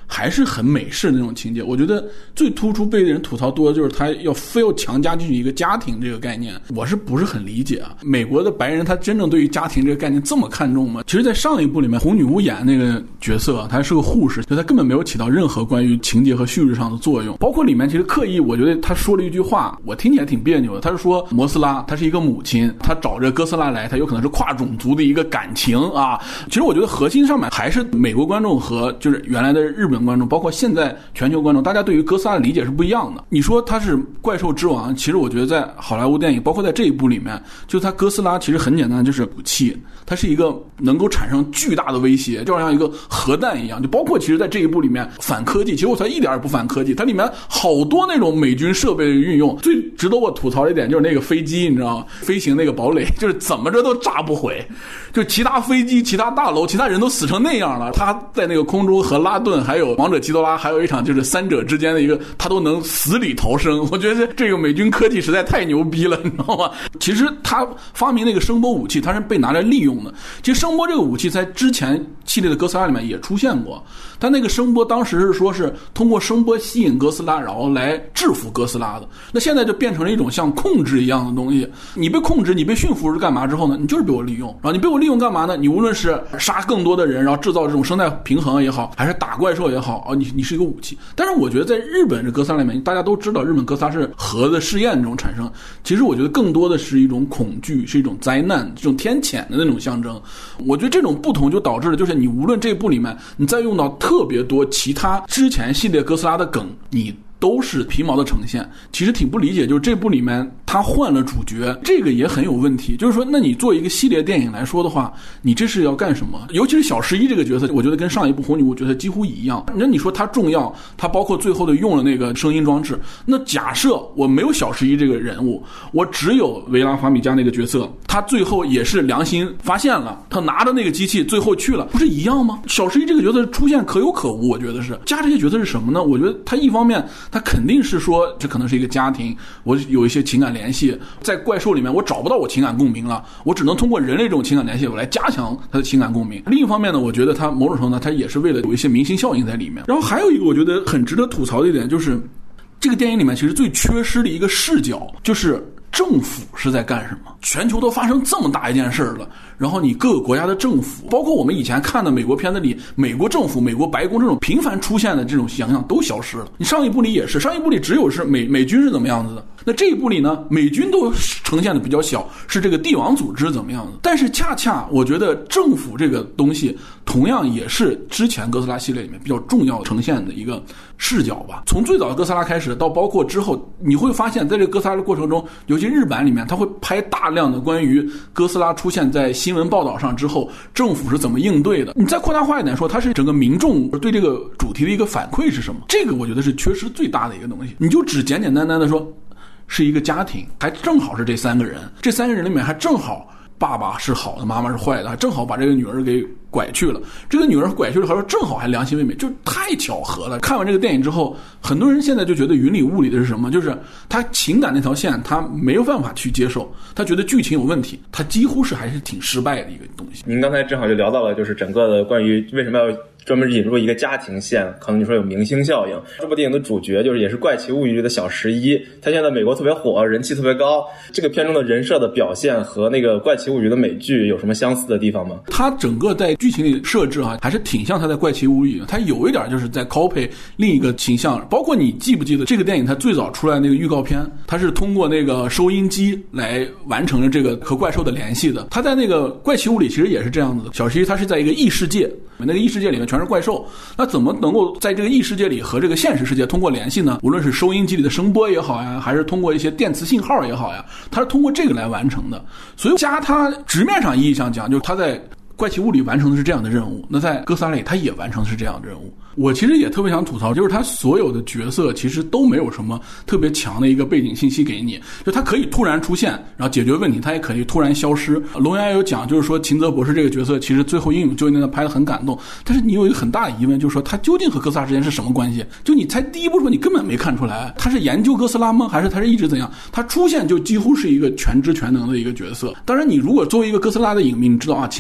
S1: 还是很美式的那种情节。我觉得最突出被人吐槽多的就是他非要强加进去一个家庭这个概念，我是不是很理解啊？美国的白人他真正对于家庭这个概念这么看重吗？其实在上一部里面红女巫演那个角色她是个护士，就她根本没有起到任何关于情节和叙事上的作用。包括里面其实刻意我觉得他说了一句话我听起来挺别扭的，他是说摩斯拉她是一个母亲，她找着哥斯拉来，她有可能是跨种族的一个感情啊。其实我觉得核心上面还是美国观众和就是原来的日本观众包括现在全球观众大家对于哥斯拉的理解是不一样的。你说他是怪兽之王，其实我觉得在好莱坞电影包括在这一部里面，就他哥斯拉其实很简单，就是武器，它是一个能够产生巨大的威胁，就好像一个核弹一样。就包括其实在这一部里面反科技，其实我才一点也不反科技，它里面好多那种美军设备的运用。最值得我吐槽的一点就是那个飞机，你知道吗？飞行那个堡垒就是怎么着都炸不毁，就其他飞机其他大楼其他人都死成那样了，他在那个空中和拉顿还有王者基多拉还有一场就是三者之间的一个他都能死里逃生。我觉得这个美军科技实在太牛逼了，你知道吗？其实他发明那个声波武器他是被拿来利用的。其实声波这个武器在之前系列的哥斯拉里面也出现过，但那个声波当时是说是通过声波吸引哥斯拉然后来制服哥斯拉的，那现在就变成了一种像控制一样的东西。你被控制你被驯服是干嘛之后呢？你就是被我利用，然后你被我利用干嘛呢？你无论是杀更多的人然后制造这种生态平衡也好，还是打怪兽也好，你是一个武器。但是我觉得在日本这哥斯拉里面大家都知道日本哥斯拉是核的试验这种产生，其实我觉得更多的是一种恐惧，是一种灾难，这种天谴的那种象征。我觉得这种不同就导致了就是你无论这部里面你再用到特别多其他之前系列哥斯拉的梗，你都是皮毛的呈现。其实挺不理解，就是这部里面他换了主角，这个也很有问题。就是说那你做一个系列电影来说的话，你这是要干什么？尤其是小11这个角色，我觉得跟上一部红女巫角色几乎一样。那你说他重要，他包括最后的用了那个声音装置，那假设我没有小11这个人物，我只有维拉法米加那个角色，他最后也是良心发现了，他拿着那个机器最后去了，不是一样吗？小11这个角色出现可有可无，我觉得是加这些角色是什么呢？我觉得他一方面他肯定是说这可能是一个家庭，我有一些情感联系，在怪兽里面我找不到我情感共鸣了，我只能通过人类这种情感联系我来加强他的情感共鸣。另一方面呢，我觉得他某种程度呢他也是为了有一些明星效应在里面。然后还有一个我觉得很值得吐槽的一点，就是这个电影里面其实最缺失的一个视角，就是政府是在干什么？全球都发生这么大一件事了，然后你各个国家的政府，包括我们以前看的美国片子里美国政府美国白宫这种频繁出现的这种形象都消失了。你上一部里也是，上一部里只有是美军是怎么样子的，那这一部里呢美军都呈现的比较小，是这个帝王组织怎么样子。但是恰恰我觉得政府这个东西同样也是之前哥斯拉系列里面比较重要呈现的一个视角吧。从最早的哥斯拉开始到包括之后，你会发现在这个哥斯拉的过程中，尤其日版里面他会拍大量的关于哥斯拉出现在新闻报道上之后政府是怎么应对的。你再扩大化一点说，它是整个民众对这个主题的一个反馈是什么，这个我觉得是缺失最大的一个东西。你就只简简单单的说是一个家庭，还正好是这三个人，这三个人里面还正好爸爸是好的妈妈是坏的，还正好把这个女儿给拐去了，这个女儿拐去了还说正好还良心未泯，就太巧合了。看完这个电影之后，很多人现在就觉得云里雾里的是什么，就是他情感那条线他没有办法去接受，他觉得剧情有问题，他几乎是还是挺失败的一个东西。
S3: 您刚才正好就聊到了就是整个的关于为什么要专门引入一个家庭线，可能你说有明星效应。这部电影的主角就是也是怪奇物语里的小11，他现在美国特别火，人气特别高。这个片中的人设的表现和那个怪奇物语的美剧有什么相似的地方吗？
S1: 他整个在剧情里设置还是挺像他在怪奇物语，他有一点就是在 copy 另一个形象。包括你记不记得这个电影他最早出来那个预告片，他是通过那个收音机来完成了这个和怪兽的联系的。他在那个怪奇物里其实也是这样子的，小11他是在一个异世界，那个异世界里面全是怪兽，那怎么能够在这个异世界里和这个现实世界通过联系呢？无论是收音机里的声波也好呀，还是通过一些电磁信号也好呀，他是通过这个来完成的。所以加他直面上意义上讲，就是他在怪奇物里完成的是这样的任务，那在哥斯拉里他也完成的是这样的任务。我其实也特别想吐槽，就是他所有的角色其实都没有什么特别强的一个背景信息给你，就他可以突然出现然后解决问题，他也可以突然消失。龙岩有讲就是说秦泽博士这个角色其实最后英勇就那个拍得很感动，但是你有一个很大的疑问，就是说他究竟和哥斯拉之间是什么关系？就你才第一部说你根本没看出来他是研究哥斯拉吗？还是他是一直怎样？他出现就几乎是一个全知全能的一个角色。当然你如果作为一个哥斯拉的影迷，你知道啊秦泽博士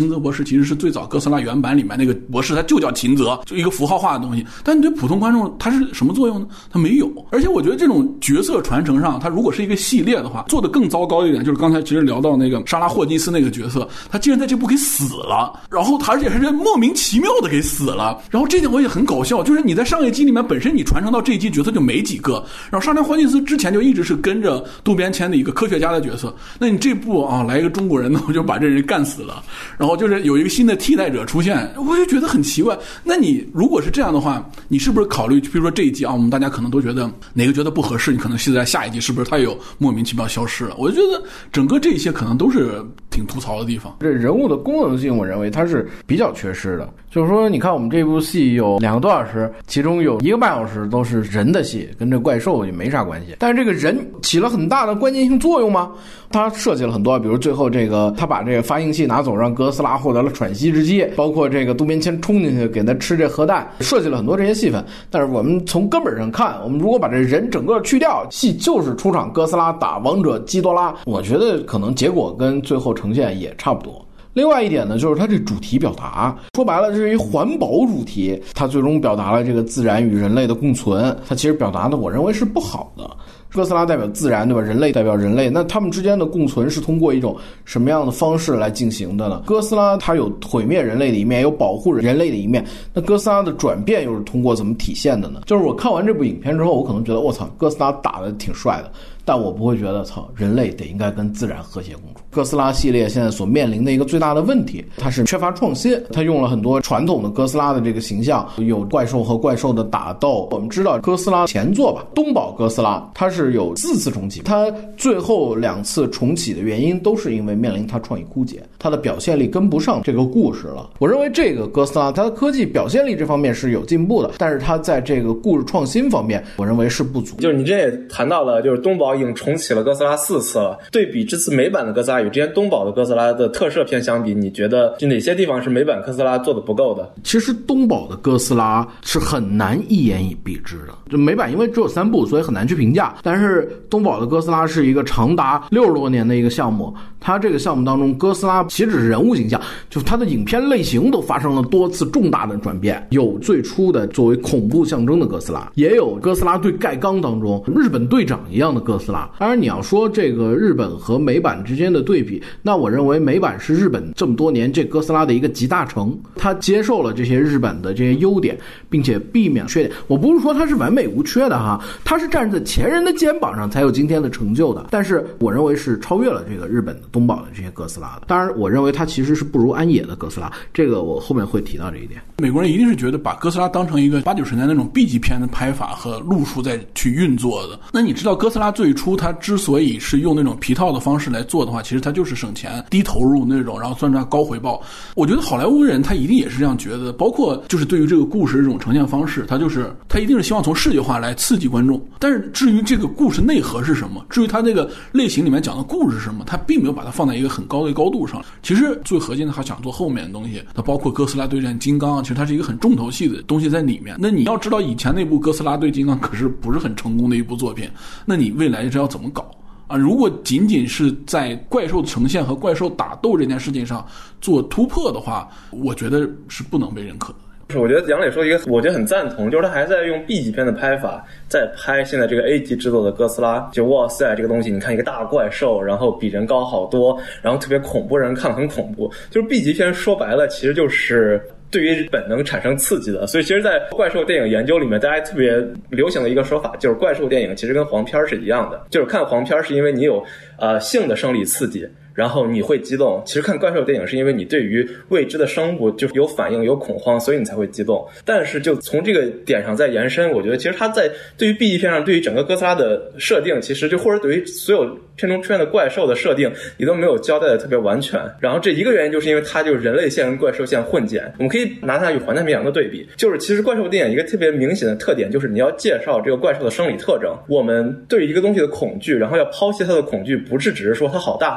S1: 其实是最早哥斯拉原版里面那个博士，他就叫秦泽，就一个符号化的东西。但你对普通观众他是什么作用呢？他没有。而且我觉得这种角色传承上，他如果是一个系列的话，做得更糟糕一点，就是刚才其实聊到那个莎拉霍金斯那个角色，他竟然在这部给死了，然后他而且还是莫名其妙的给死了。然后这点我也很搞笑，就是你在上一季里面本身你传承到这一季角色就没几个，然后莎拉霍金斯之前就一直是跟着渡边谦的一个科学家的角色，那你这部啊来一个中国人呢，我就把这人干死了，然后就是有一个新的替代者出现，我就觉得很奇怪。那你如果是这样的话，你是不是考虑比如说这一季啊，我们大家可能都觉得哪个觉得不合适，你可能现在下一季是不是他有莫名其妙消失了？我就觉得整个这些可能都是挺吐槽的地方。
S2: 这人物的功能性我认为它是比较缺失的，就是说你看我们这部戏有2个多小时，其中有1个半小时都是人的戏，跟这怪兽也没啥关系，但是这个人起了很大的关键性作用吗？他设计了很多，比如最后这个他把这个发应器拿走，让哥斯拉获得了喘息之机，包括这个渡边谦冲进去给他吃这核弹，设计了很多这些戏份。但是我们从根本上看，我们如果把这人整个去掉，戏就是出场哥斯拉打王者基多拉，我觉得可能结果跟最后呈现也差不多。另外一点呢，就是它这主题表达，说白了这是一环保主题，它最终表达了这个自然与人类的共存，它其实表达的我认为是不好的。哥斯拉代表自然，对吧？人类代表人类，那他们之间的共存是通过一种什么样的方式来进行的呢？哥斯拉它有毁灭人类的一面，有保护人类的一面，那哥斯拉的转变又是通过怎么体现的呢？就是我看完这部影片之后，我可能觉得我操，哥斯拉打得挺帅的，但我不会觉得操，人类得应该跟自然和谐共处。哥斯拉系列现在所面临的一个最大的问题，它是缺乏创新，它用了很多传统的哥斯拉的这个形象，有怪兽和怪兽的打斗。我们知道哥斯拉前作吧，东宝哥斯拉，它是有4次重启，它最后2次重启的原因都是因为面临它创意枯竭，它的表现力跟不上这个故事了。我认为这个哥斯拉它的科技表现力这方面是有进步的，但是它在这个故事创新方面我认为是不足。
S3: 就是你这也谈到了，就是东宝已经重启了哥斯拉4次了，对比这次美版的哥斯拉与之前东宝的哥斯拉的特摄片相比，你觉得就哪些地方是美版哥斯拉做的不够的？
S2: 其实东宝的哥斯拉是很难一言以蔽之的，就美版因为只有3部，所以很难去评价，但是东宝的哥斯拉是一个长达60多年的一个项目，它这个项目当中哥斯拉岂止是人物形象，就它的影片类型都发生了多次重大的转变，有最初的作为恐怖象征的哥斯拉，也有哥斯拉对盖纲当中日本队长一样的哥斯拉。当然你要说这个日本和美版之间的对比，那我认为美版是日本这么多年这哥斯拉的一个集大成，它接受了这些日本的这些优点，并且避免缺点。我不是说它是完美无缺的哈，它是站在前人的肩膀上才有今天的成就的，但是我认为是超越了这个日本的东宝的这些哥斯拉的。当然我认为它其实是不如安野的哥斯拉，这个我后面会提到这一点。
S1: 美国人一定是觉得把哥斯拉当成一个80、90年代那种 B 级片的拍法和路数再去运作的。那你知道哥斯拉最初它之所以是用那种皮套的方式来做的话，其实它就是省钱低投入那种，然后算出来高回报。我觉得好莱坞人他一定也是这样觉得，包括就是对于这个故事这种呈现方式，他一定是希望从视觉化来刺激观众。但是至于这个故事内核是什么，至于它这个类型里面讲的故事是什么，他并没有把它放在一个很高的高度上。其实最核心的他想做后面的东西，它包括哥斯拉对战金刚，其实它是一个很重头戏的东西在里面。那你要知道以前那部哥斯拉对金刚可是不是很成功的一部作品，那你未来是要怎么搞啊？如果仅仅是在怪兽的呈现和怪兽打斗这件事情上做突破的话，我觉得是不能被认可的。
S3: 我觉得杨磊说一个我觉得很赞同，就是他还在用 B 级片的拍法在拍现在这个 A 级制作的哥斯拉，就哇塞这个东西，你看一个大怪兽，然后比人高好多，然后特别恐怖，让人看得很恐怖。就是 B 级片说白了其实就是对于本能产生刺激的。所以其实在怪兽电影研究里面，大家特别流行的一个说法就是怪兽电影其实跟黄片是一样的，就是看黄片是因为你有性的生理刺激，然后你会激动。其实看怪兽电影是因为你对于未知的生物就有反应有恐慌，所以你才会激动。但是就从这个点上再延伸，我觉得其实它在对于 B 级片上对于整个哥斯拉的设定，其实就或者对于所有片中出现的怪兽的设定也都没有交代的特别完全。然后这一个原因就是因为它就是人类线跟怪兽线混剪。我们可以拿它与环太平洋的对比，就是其实怪兽电影一个特别明显的特点就是你要介绍这个怪兽的生理特征。我们对于一个东西的恐惧，然后要抛弃它的恐惧，不是只是说它好大它好恐怖，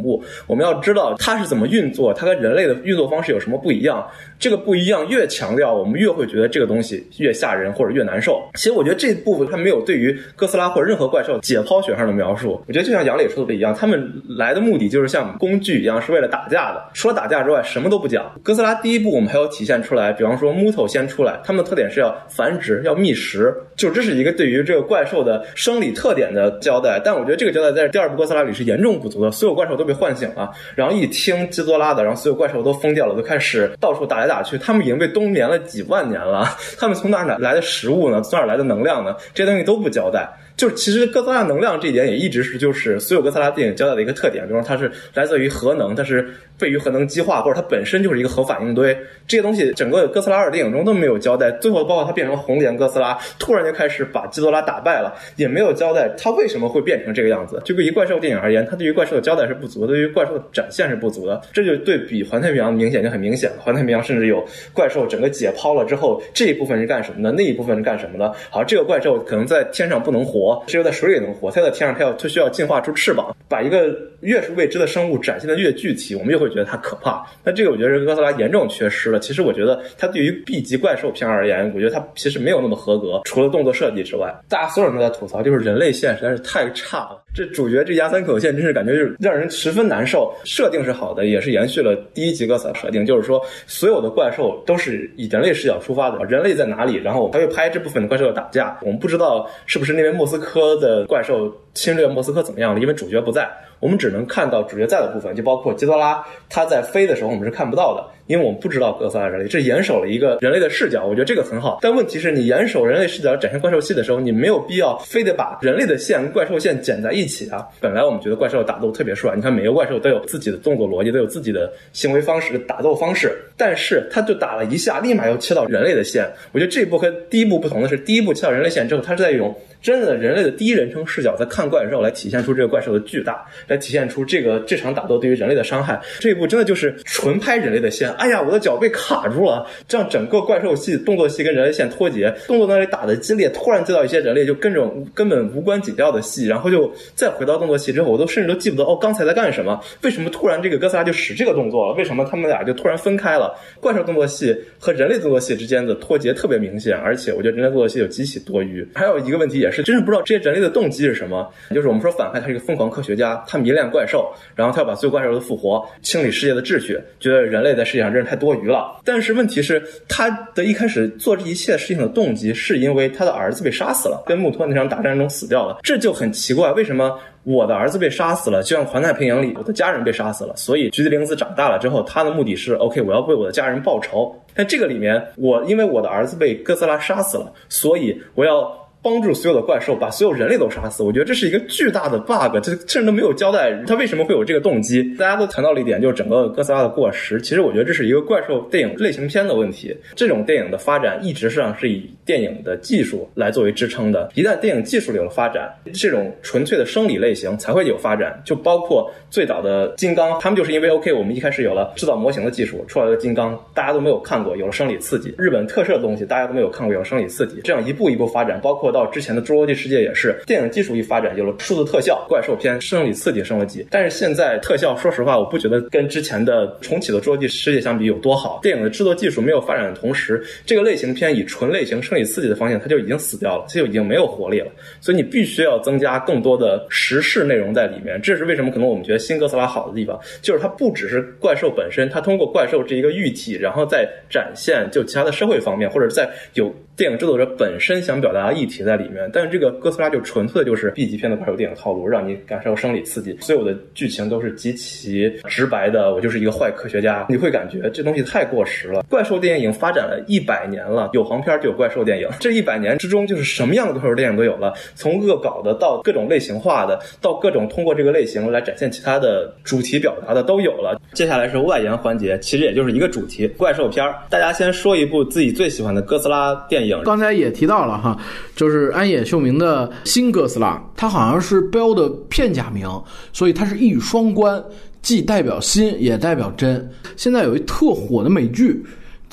S3: 怖。我们要知道它是怎么运作，它跟人类的运作方式有什么不一样。这个不一样越强调，我们越会觉得这个东西越吓人或者越难受。其实我觉得这部分它没有对于哥斯拉或者任何怪兽解剖学上的描述。我觉得就像杨磊说的一样，他们来的目的就是像工具一样，是为了打架的。除了打架之外什么都不讲。哥斯拉第一部我们还有体现出来，比方说木头先出来，他们的特点是要繁殖要觅食，就这是一个对于这个怪兽的生理特点的交代。但我觉得这个交代在第二部哥斯拉里是严重不足的，所有怪兽都被唤醒了，然后一听基多拉的，然后所有怪兽都疯掉了，都开始到处打来打去。他们已经被冬眠了几万年了，他们从哪来的食物呢？从哪来的能量呢？这些东西都不交代。就是其实哥斯拉能量这一点也一直是就是所有哥斯拉电影交代的一个特点，比如说它是来自于核能，它是位于核能激化，或者它本身就是一个核反应堆，这些东西整个哥斯拉2电影中都没有交代。最后包括它变成红莲哥斯拉，突然就开始把基多拉打败了，也没有交代它为什么会变成这个样子。就对于怪兽电影而言，它对于怪兽的交代是不足的，对于怪兽的展现是不足的，这就对比环太平洋明显就很明显了。环太平洋甚至有怪兽整个解剖了之后，这一部分是干什么的，那一部分是干什么的。好，这个怪兽可能在天上不能活，只有在水里能活，它在天上它需要进化出翅膀，把一个越是未知的生物展现的越具体，我们越会觉得它可怕。那这个我觉得是哥斯拉严重缺失了。其实我觉得它对于 B 级怪兽片而言，我觉得它其实没有那么合格，除了动作设计之外，大家所有人都在吐槽，就是人类线实在是太差了。这主角这牙三口线真是感觉就是让人十分难受。设定是好的，也是延续了第一集哥斯拉设定，就是说所有的怪兽都是以人类视角出发的，人类在哪里，然后我们还会拍这部分的怪兽的打架。我们不知道是不是那边莫斯科的怪兽侵略莫斯科怎么样了，因为主角不在，我们只能看到主角在的部分，就包括基多拉他在飞的时候我们是看不到的，因为我们不知道哥斯拉人类，这严守了一个人类的视角，我觉得这个很好。但问题是你严守人类视角展现怪兽戏的时候，你没有必要非得把人类的线跟怪兽线剪在一起啊。本来我们觉得怪兽打斗特别帅，你看每个怪兽都有自己的动作逻辑，都有自己的行为方式打斗方式，但是他就打了一下立马又切到人类的线。我觉得这一部和第一部不同的是，第一部切到人类线之后，他是在用真的人类的第一人称视角在看怪兽，来体现出这个怪兽的巨大，来体现出这场打斗对于人类的伤害。这一部真的就是纯拍人类的线，哎呀我的脚被卡住了，这样整个怪兽戏动作戏跟人类线脱节，动作那里打的激烈，突然接到一些人类就跟着根本无关紧要的戏，然后就再回到动作戏之后，我甚至都记不得刚才在干什么，为什么突然这个哥斯拉就使这个动作了，为什么他们俩就突然分开了。怪兽动作戏和人类动作戏之间的脱节特别明显，而且我觉得人类动作戏有极其多余。还有一个问题也是真是不知道这些人类的动机是什么，就是我们说反派他是一个疯狂科学家，他迷恋怪兽，然后他要把所有怪兽都复活，清理世界的秩序，觉得人类在世界上真是太多余了。但是问题是他的一开始做这一切事情的动机是因为他的儿子被杀死了，跟穆托那场大战中死掉了，这就很奇怪，为什么我的儿子被杀死了，就像环太平洋里我的家人被杀死了，所以橘子灵子长大了之后，他的目的是 OK 我要为我的家人报仇。但这个里面因为我的儿子被哥斯拉杀死了，所以我要帮助所有的怪兽把所有人类都杀死。我觉得这是一个巨大的 bug， 这甚至都没有交代他为什么会有这个动机。大家都谈到了一点，就是整个哥斯拉的过时。其实我觉得这是一个怪兽电影类型片的问题。这种电影的发展一直上是以电影的技术来作为支撑的，一旦电影技术有了发展，这种纯粹的生理类型才会有发展。就包括最早的金刚，他们就是因为 OK 我们一开始有了制造模型的技术，出来的金刚大家都没有看过，有了生理刺激，日本特摄的东西大家都没有看过，有了生理刺激，这样一步一步发展。包括到之前的侏罗纪世界也是，电影技术一发展有了数字特效，怪兽片生理刺激升了级。但是现在特效说实话我不觉得跟之前的重启的侏罗纪世界相比有多好。电影的制作技术没有发展的同时，这个类型片以纯类型生理刺激的方向它就已经死掉了，它就已经没有活力了。所以你必须要增加更多的时事内容在里面。这是为什么可能我们觉得新哥斯拉好的地方，就是它不只是怪兽本身，它通过怪兽这一个喻体，然后再展现就其他的社会方面，或者在有电影制作者本身想表达的议题在里面。但是这个哥斯拉就纯粹的就是 B 级片的怪兽电影套路，让你感受生理刺激，所有的剧情都是极其直白的，我就是一个坏科学家，你会感觉这东西太过时了。怪兽电影发展了100年了，有黄片就有怪兽电影，这100年之中就是什么样的怪兽电影都有了，从恶搞的到各种类型化的，到各种通过这个类型来展现其他的主题表达的都有了。接下来是外延环节，其实也就是一个主题怪兽片。大家先说一部自己最喜欢的哥斯拉电影。
S2: 刚才也提到了哈，就是安野秀明的新哥斯拉，它好像是标的片假名，所以它是一语双关，既代表新也代表真。现在有一特火的美剧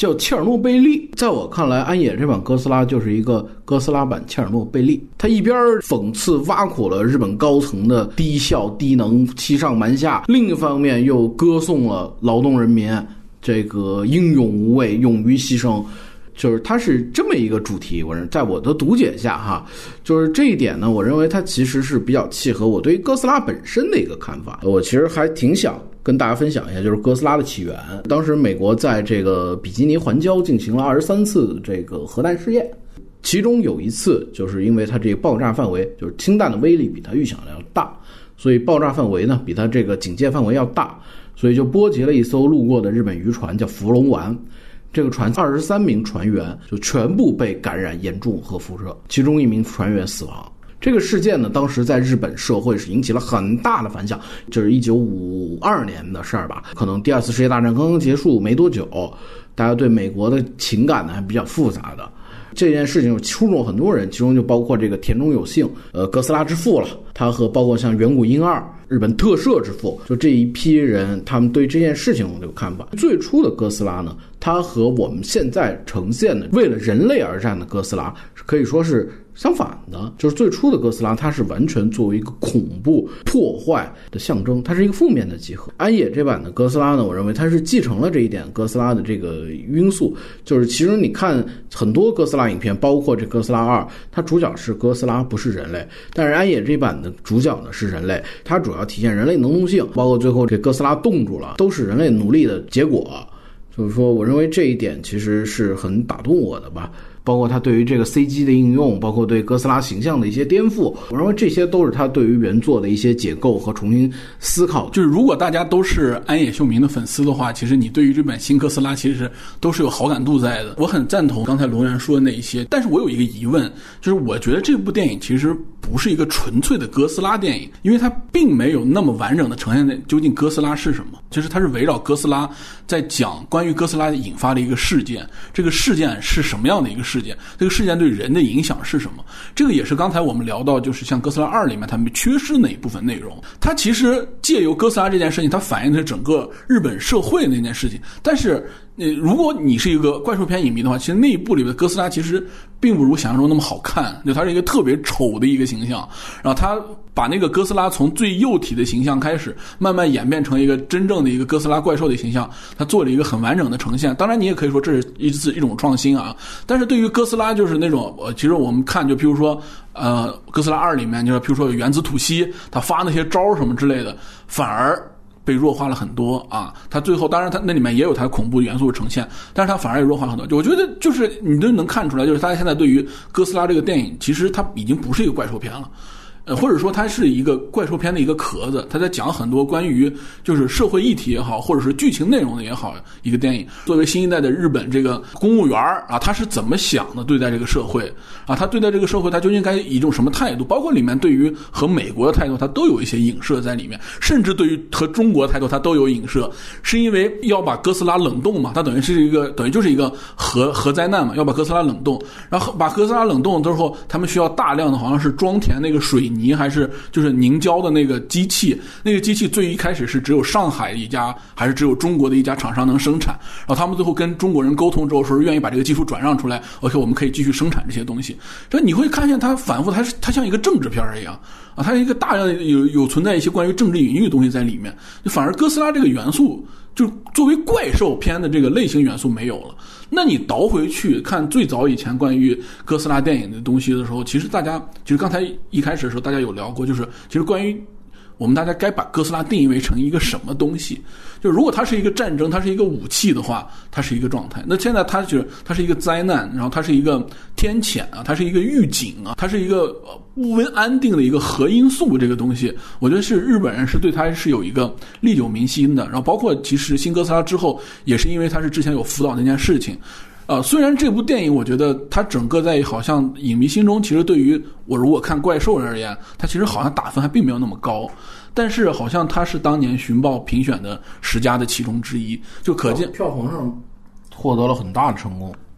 S2: 叫切尔诺贝利。在我看来，安野这版哥斯拉就是一个哥斯拉版切尔诺贝利。他一边讽刺挖苦了日本高层的低效低能欺上瞒下，另一方面又歌颂了劳动人民这个英勇无畏勇于牺牲，就是它是这么一个主题。我认为在我的读解下哈，就是这一点呢，我认为它其实是比较契合我对于哥斯拉本身的一个看法。我其实还挺想跟大家分享一下，就是哥斯拉的起源。当时美国在这个比基尼环礁进行了23次这个核弹试验，其中有一次就是因为它这个爆炸范围，就是氢弹的威力比它预想的要大，所以爆炸范围呢比它这个警戒范围要大，所以就波及了一艘路过的日本渔船叫福龙丸。这个船23名船员就全部被感染严重核辐射，其中1名船员死亡。这个事件呢，当时在日本社会是引起了很大的反响，就是1952年的事儿吧。可能第2次世界大战刚刚结束没多久，大家对美国的情感呢还比较复杂的。这件事情触动很多人，其中就包括这个田中有幸，哥斯拉之父了，他和包括像远古婴二、日本特摄之父，就这一批人，他们对这件事情有看法。最初的哥斯拉呢，它和我们现在呈现的为了人类而战的哥斯拉可以说是相反的。就是最初的哥斯拉，它是完全作为一个恐怖破坏的象征，它是一个负面的集合。安野这版的哥斯拉呢，我认为它是继承了这一点哥斯拉的这个因素，就是其实你看很多哥斯拉影片，包括这哥斯拉2，它主角是哥斯拉，不是人类，但是安野这版的主角呢是人类，它主要体现人类能动性，包括最后这哥斯拉冻住了，都是人类努力的结果。就是说我认为这一点其实是很打动我的吧，包括他对于这个 CG 的应用，包括对哥斯拉形象的一些颠覆，我认为这些都是他对于原作的一些解构和重新思考。
S1: 就是如果大家都是安野秀明的粉丝的话，其实你对于这本新哥斯拉其实都是有好感度在的。我很赞同刚才罗源说的那一些，但是我有一个疑问，就是我觉得这部电影其实不是一个纯粹的哥斯拉电影，因为它并没有那么完整的呈现究竟哥斯拉是什么。其实它是围绕哥斯拉在讲关于哥斯拉引发的一个事件，这个事件是什么样的一个事件，这个事件对人的影响是什么。这个也是刚才我们聊到，就是像哥斯拉2里面他们缺失那一部分内容。它其实借由哥斯拉这件事情，它反映的是整个日本社会那件事情。但是如果你是一个怪兽片影迷的话，其实那一部里的哥斯拉其实并不如想象中那么好看，就它是一个特别丑的一个形象，然后它把那个哥斯拉从最幼体的形象开始慢慢演变成一个真正的一个哥斯拉怪兽的形象，它做了一个很完整的呈现。当然你也可以说这是一种创新啊，但是对于哥斯拉就是那种其实我们看就譬如说哥斯拉2里面就是譬如说有原子吐息，他发那些招什么之类的，反而被弱化了很多啊！它最后当然它那里面也有它恐怖元素的呈现，但是它反而也弱化了很多。我觉得就是你都能看出来，就是大家现在对于哥斯拉这个电影，其实它已经不是一个怪兽片了。或者说它是一个怪兽片的一个壳子，它在讲很多关于就是社会议题也好，或者是剧情内容的也好，一个电影。作为新一代的日本这个公务员啊，他是怎么想的对待这个社会啊？他对待这个社会，他究竟该以一种什么态度？包括里面对于和美国的态度，他都有一些影射在里面，甚至对于和中国的态度，他都有影射。是因为要把哥斯拉冷冻嘛？它等于就是一个核灾难嘛，要把哥斯拉冷冻，然后把哥斯拉冷冻之后，他们需要大量的好像是装填那个水泥还是就是凝胶的那个机器，那个机器最一开始是只有上海一家还是只有中国的一家厂商能生产，然后他们最后跟中国人沟通之后说愿意把这个技术转让出来 ，OK 我们可以继续生产这些东西。这你会看见它反复，它像一个政治片一样啊，它是一个大量有存在一些关于政治隐喻的东西在里面，就反而哥斯拉这个元素就作为怪兽片的这个类型元素没有了。那你倒回去看最早以前关于哥斯拉电影的东西的时候，其实刚才一开始的时候大家有聊过，就是其实关于我们大家该把哥斯拉定义为成一个什么东西，就如果它是一个战争，它是一个武器的话，它是一个状态。那现在它是一个灾难，然后它是一个天谴啊，它是一个预警啊，它是一个不温安定的一个核因素。这个东西我觉得是日本人是对它是有一个历久弥新的。然后包括其实新哥斯拉之后也是因为它是之前有辅导那件事情。虽然这部电影我觉得它整个在好像影迷心中，其实对于我如果看怪兽而言，它其实好像打分还并没有那么高，但是好像它是当年寻报评选的10佳的其中之一，就可见
S2: 票房上获得了很大的成功。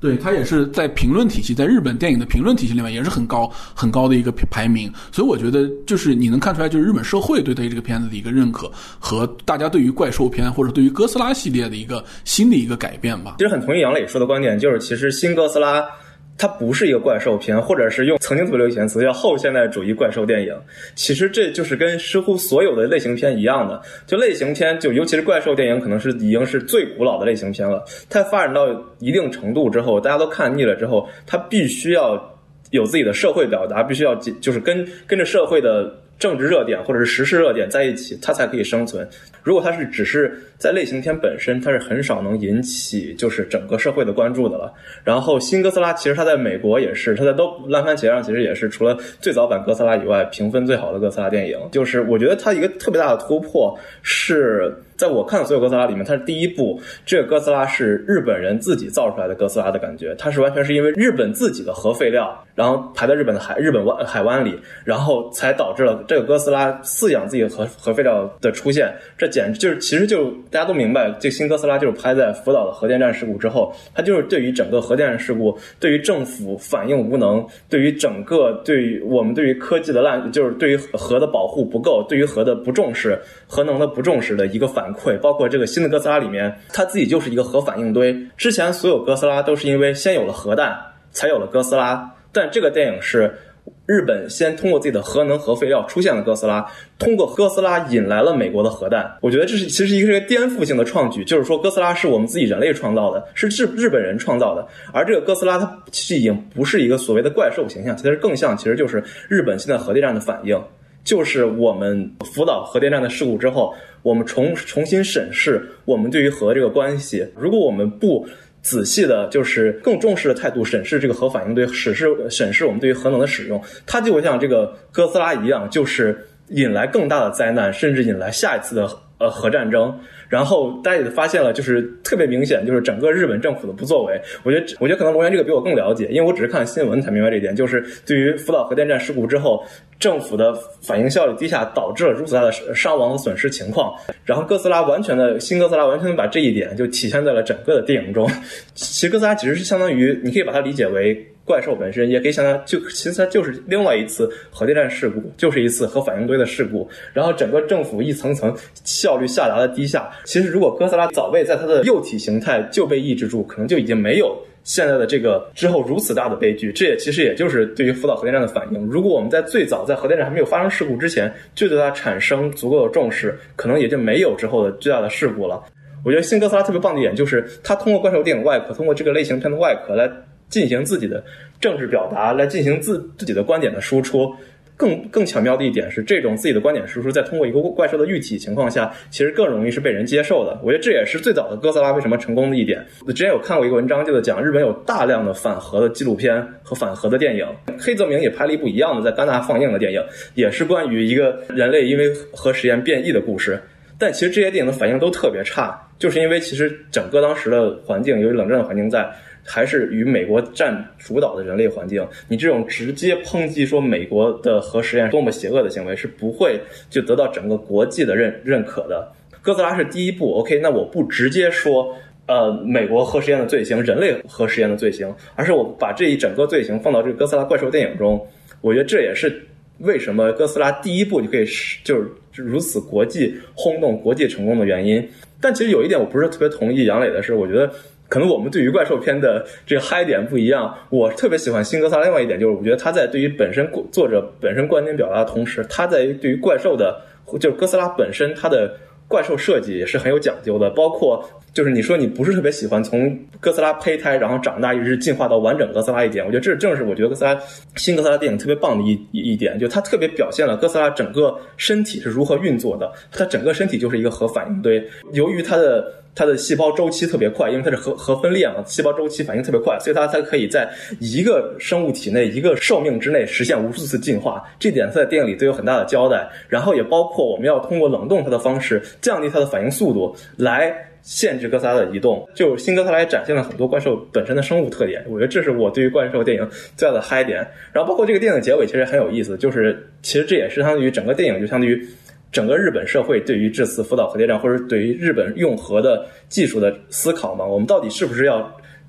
S1: 对，它也是在评论体系，在日本电影的评论体系里面也是很高的一个排名，所以我觉得就是你能看出来，就是日本社会对这个片子的一个认可和大家对于怪兽片或者对于哥斯拉系列的一个新的一个改变吧。
S3: 其实很同意杨磊说的观点，就是其实新哥斯拉它不是一个怪兽片，或者是用曾经特别流行的词叫后现代主义怪兽电影。其实这就是跟似乎所有的类型片一样的，就类型片，就尤其是怪兽电影，可能是已经是最古老的类型片了。它发展到一定程度之后，大家都看腻了之后，它必须要有自己的社会表达，必须要就是跟着社会的政治热点或者是时事热点在一起，它才可以生存。如果它是只是在类型片本身，它是很少能引起就是整个社会的关注的了。然后新哥斯拉其实它在美国也是，它在都烂番茄上其实也是除了最早版哥斯拉以外评分最好的哥斯拉电影。就是我觉得它一个特别大的突破是在我看的所有哥斯拉里面，它是第一部这个哥斯拉是日本人自己造出来的哥斯拉的感觉，它是完全是因为日本自己的核废料然后排在日本海湾里，然后才导致了这个哥斯拉饲养自己的核废料的出现。这简直就是其实就大家都明白，这新哥斯拉就是拍在福岛的核电站事故之后，它就是对于整个核电站事故，对于政府反应无能，对于整个对于我们对于科技的就是对于核的保护不够，对于核的不重视，核能的不重视的一个反馈。包括这个新的哥斯拉里面，它自己就是一个核反应堆。之前所有哥斯拉都是因为先有了核弹才有了哥斯拉，但这个电影是日本先通过自己的核能核废料出现了哥斯拉，通过哥斯拉引来了美国的核弹。我觉得这是其实一个颠覆性的创举，就是说哥斯拉是我们自己人类创造的，是日本人创造的，而这个哥斯拉它其实已经不是一个所谓的怪兽形象，其实更像其实就是日本现在核电站的反应。就是我们福岛核电站的事故之后，我们重新审视我们对于核这个关系。如果我们不仔细的就是更重视的态度审视这个核反应堆，审视我们对于核能的使用，它就会像这个哥斯拉一样，就是引来更大的灾难，甚至引来下一次的核战争。然后大家也发现了，就是特别明显，就是整个日本政府的不作为。我觉得可能龙源这个比我更了解，因为我只是看新闻才明白这一点。就是对于福岛核电站事故之后，政府的反应效率低下，导致了如此大的伤亡和损失情况。然后新哥斯拉完全把这一点就体现在了整个的电影中。其实哥斯拉其实是相当于，你可以把它理解为怪兽本身，也可以相当其实它就是另外一次核电站事故，就是一次核反应堆的事故。然后整个政府一层层效率下达的低下。其实如果哥斯拉早被在它的幼体形态就被抑制住，可能就已经没有现在的这个之后如此大的悲剧。这也其实也就是对于福岛核电站的反应。如果我们在最早在核电站还没有发生事故之前就对它产生足够的重视，可能也就没有之后的巨大的事故了。我觉得新哥斯拉特别棒的一点就是它通过怪兽电影外壳，通过这个类型片的外壳来进行自己的政治表达，来进行自己的观点的输出。更巧妙的一点是，这种自己的观点输出在通过一个怪兽的喻体情况下，其实更容易是被人接受的。我觉得这也是最早的哥斯拉为什么成功的一点。我之前有看过一个文章，就是讲日本有大量的反核的纪录片和反核的电影。黑泽明也拍了一部一样的在戛纳放映的电影，也是关于一个人类因为核实验变异的故事。但其实这些电影的反应都特别差，就是因为其实整个当时的环境，由于冷战的环境在，还是与美国占主导的人类环境，你这种直接抨击说美国的核实验多么邪恶的行为是不会就得到整个国际的认可的。哥斯拉是第一部 OK， 那我不直接说美国核实验的罪行，人类核实验的罪行，而是我把这一整个罪行放到这个哥斯拉怪兽电影中。我觉得这也是为什么哥斯拉第一部就可以就是如此国际轰动、国际成功的原因。但其实有一点我不是特别同意杨磊的是，我觉得可能我们对于怪兽片的这个嗨点不一样。我特别喜欢新哥斯拉另外一点，就是我觉得他在对于作者本身观点表达的同时，他在对于怪兽的就是哥斯拉本身他的怪兽设计也是很有讲究的。包括就是你说你不是特别喜欢从哥斯拉胚胎然后长大一直进化到完整哥斯拉一点，我觉得这正是我觉得新哥斯拉电影特别棒的一点，就它特别表现了哥斯拉整个身体是如何运作的。它整个身体就是一个核反应堆，由于它的细胞周期特别快，因为它是核分裂嘛，细胞周期反应特别快，所以它才可以在一个生物体内一个寿命之内实现无数次进化。这点在电影里都有很大的交代。然后也包括我们要通过冷冻它的方式降低它的反应速度来限制哥斯拉的移动。就新哥斯拉也展现了很多怪兽本身的生物特点，我觉得这是我对于怪兽电影最大的嗨点。然后包括这个电影结尾其实很有意思，就是其实这也是相当于整个电影就相当于整个日本社会对于这次福岛核电站或者对于日本用核的技术的思考嘛，我们到底是不是要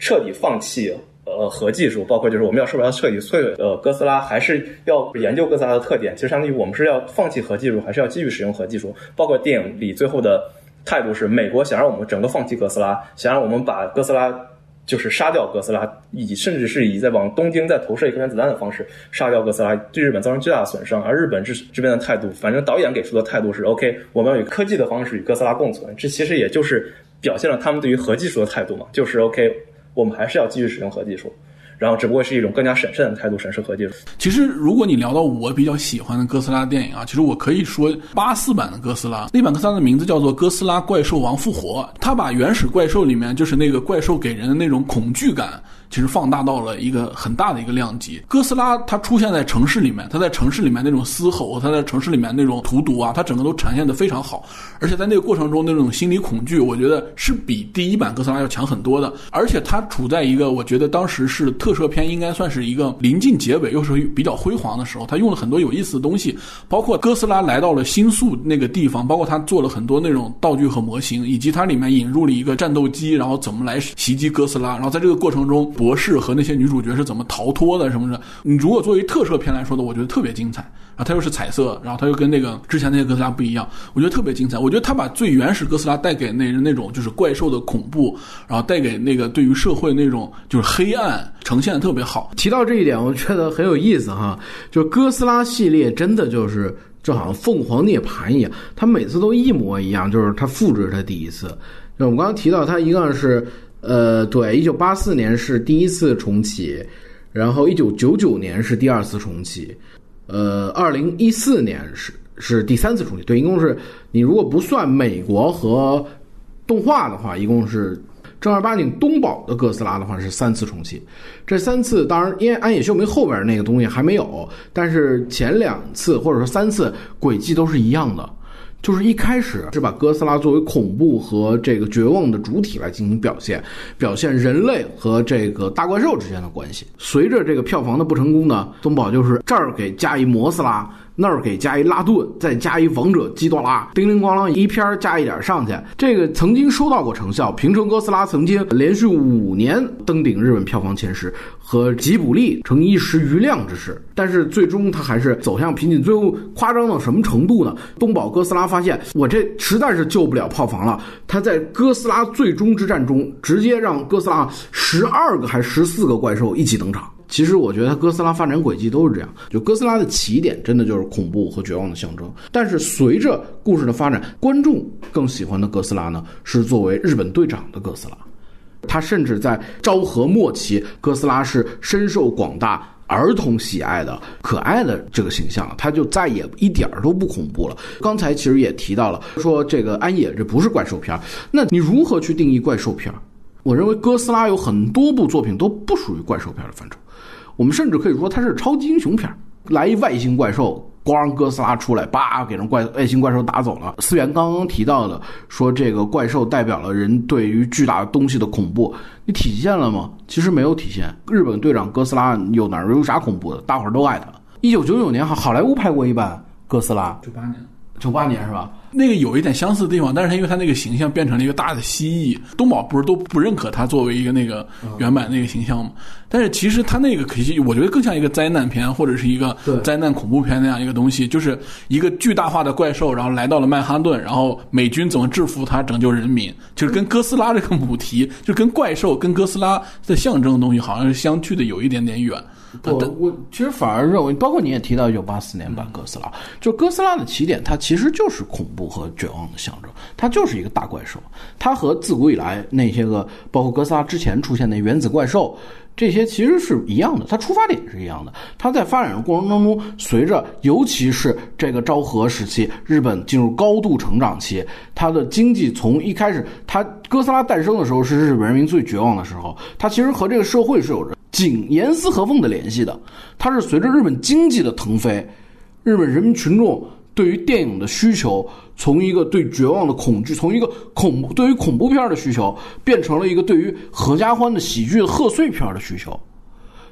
S3: 彻底放弃核技术，包括就是我们是不是要彻底摧毁哥斯拉，还是要研究哥斯拉的特点，其实相当于我们是要放弃核技术，还是要继续使用核技术。包括电影里最后的态度是，美国想让我们整个放弃哥斯拉，想让我们把哥斯拉就是杀掉哥斯拉，甚至是以在往东京再投射一颗原子弹的方式杀掉哥斯拉，对日本造成巨大的损伤。而日本这边的态度，反正导演给出的态度是 OK， 我们要以科技的方式与哥斯拉共存。这其实也就是表现了他们对于核技术的态度嘛，就是 OK， 我们还是要继续使用核技术，然后只不过是一种更加审慎的态度，审视核技术。
S1: 其实如果你聊到我比较喜欢的哥斯拉电影啊，其实我可以说84版的哥斯拉，那版哥斯拉的名字叫做《哥斯拉怪兽王复活》，它把原始怪兽里面就是那个怪兽给人的那种恐惧感其实放大到了一个很大的一个量级。哥斯拉它出现在城市里面，它在城市里面那种嘶吼，它在城市里面那种荼毒啊，它整个都呈现得非常好。而且在那个过程中那种心理恐惧，我觉得是比第一版哥斯拉要强很多的。而且它处在一个我觉得当时是特摄片应该算是一个临近结尾又是比较辉煌的时候，它用了很多有意思的东西，包括哥斯拉来到了新宿那个地方，包括它做了很多那种道具和模型，以及它里面引入了一个战斗机，然后怎么来袭击哥斯拉，然后在这个过程中博士和那些女主角是怎么逃脱的什么的。你如果作为特摄片来说的，我觉得特别精彩。然后它又是彩色，然后它又跟那个之前那些哥斯拉不一样，我觉得特别精彩。我觉得它把最原始哥斯拉带给那种就是怪兽的恐怖，然后带给那个对于社会那种就是黑暗呈现的特别好。
S2: 提到这一点我觉得很有意思哈，就哥斯拉系列真的就是就好像凤凰涅槃一样，它每次都一模一样，就是它复制它第一次。就我们刚刚提到它一个是对，1984年是第一次重启，然后1999年是第二次重启，2014年是第三次重启。对，一共是你如果不算美国和动画的话，一共是正儿八经东宝的哥斯拉的话是3次重启。这3次当然因为安野秀明后边那个东西还没有，但是前2次或者说3次轨迹都是一样的。就是一开始是把哥斯拉作为恐怖和这个绝望的主体来进行表现人类和这个大怪兽之间的关系。随着这个票房的不成功呢，东宝就是这儿给加一摩斯拉，那儿给加一拉顿，再加一王者基多拉，叮铃咣啷一篇加一点上去。这个曾经收到过成效，平成哥斯拉曾经连续5年登顶日本票房前10，和吉卜力成一时瑜亮之势。但是最终它还是走向瓶颈，最后夸张到什么程度呢？东宝哥斯拉发现我这实在是救不了票房了，他在哥斯拉最终之战中直接让哥斯拉12个还14个怪兽一起登场。其实我觉得哥斯拉发展轨迹都是这样，就哥斯拉的起点真的就是恐怖和绝望的象征，但是随着故事的发展，观众更喜欢的哥斯拉呢是作为日本队长的哥斯拉。他甚至在昭和末期，哥斯拉是深受广大儿童喜爱的可爱的这个形象，他就再也一点都不恐怖了。刚才其实也提到了说这个安野这不是怪兽片，那你如何去定义怪兽片？我认为哥斯拉有很多部作品都不属于怪兽片的范畴，我们甚至可以说它是超级英雄片。来一外星怪兽，光哥斯拉出来，叭给人外星怪兽打走了。思源刚刚提到的说这个怪兽代表了人对于巨大的东西的恐怖，你体现了吗？其实没有体现。日本队长哥斯拉有哪儿有啥恐怖的？大伙儿都爱他。1999年好莱坞拍过一版哥斯拉，98年是吧？
S1: 那个有一点相似的地方，但是他因为他那个形象变成了一个大的蜥蜴，东宝不是都不认可他作为一个那个原版那个形象吗？但是其实他那个可惜我觉得更像一个灾难片或者是一个灾难恐怖片那样一个东西，就是一个巨大化的怪兽，然后来到了曼哈顿，然后美军怎么制服他拯救人民，就是跟哥斯拉这个母题，就跟怪兽跟哥斯拉的象征的东西好像是相距的有一点点远。
S2: 我其实反而认为，包括你也提到1984年版哥斯拉，就哥斯拉的起点它其实就是恐怖和绝望的象征，它就是一个大怪兽，它和自古以来那些个包括哥斯拉之前出现的原子怪兽这些其实是一样的，它出发点是一样的。它在发展的过程当中，随着尤其是这个昭和时期，日本进入高度成长期，它的经济从一开始，它哥斯拉诞生的时候是日本人民最绝望的时候，它其实和这个社会是有着严丝合缝的联系的。它是随着日本经济的腾飞，日本人民群众对于电影的需求从一个对绝望的恐惧，从一个对于恐怖片的需求，变成了一个对于合家欢的喜剧的贺岁片的需求。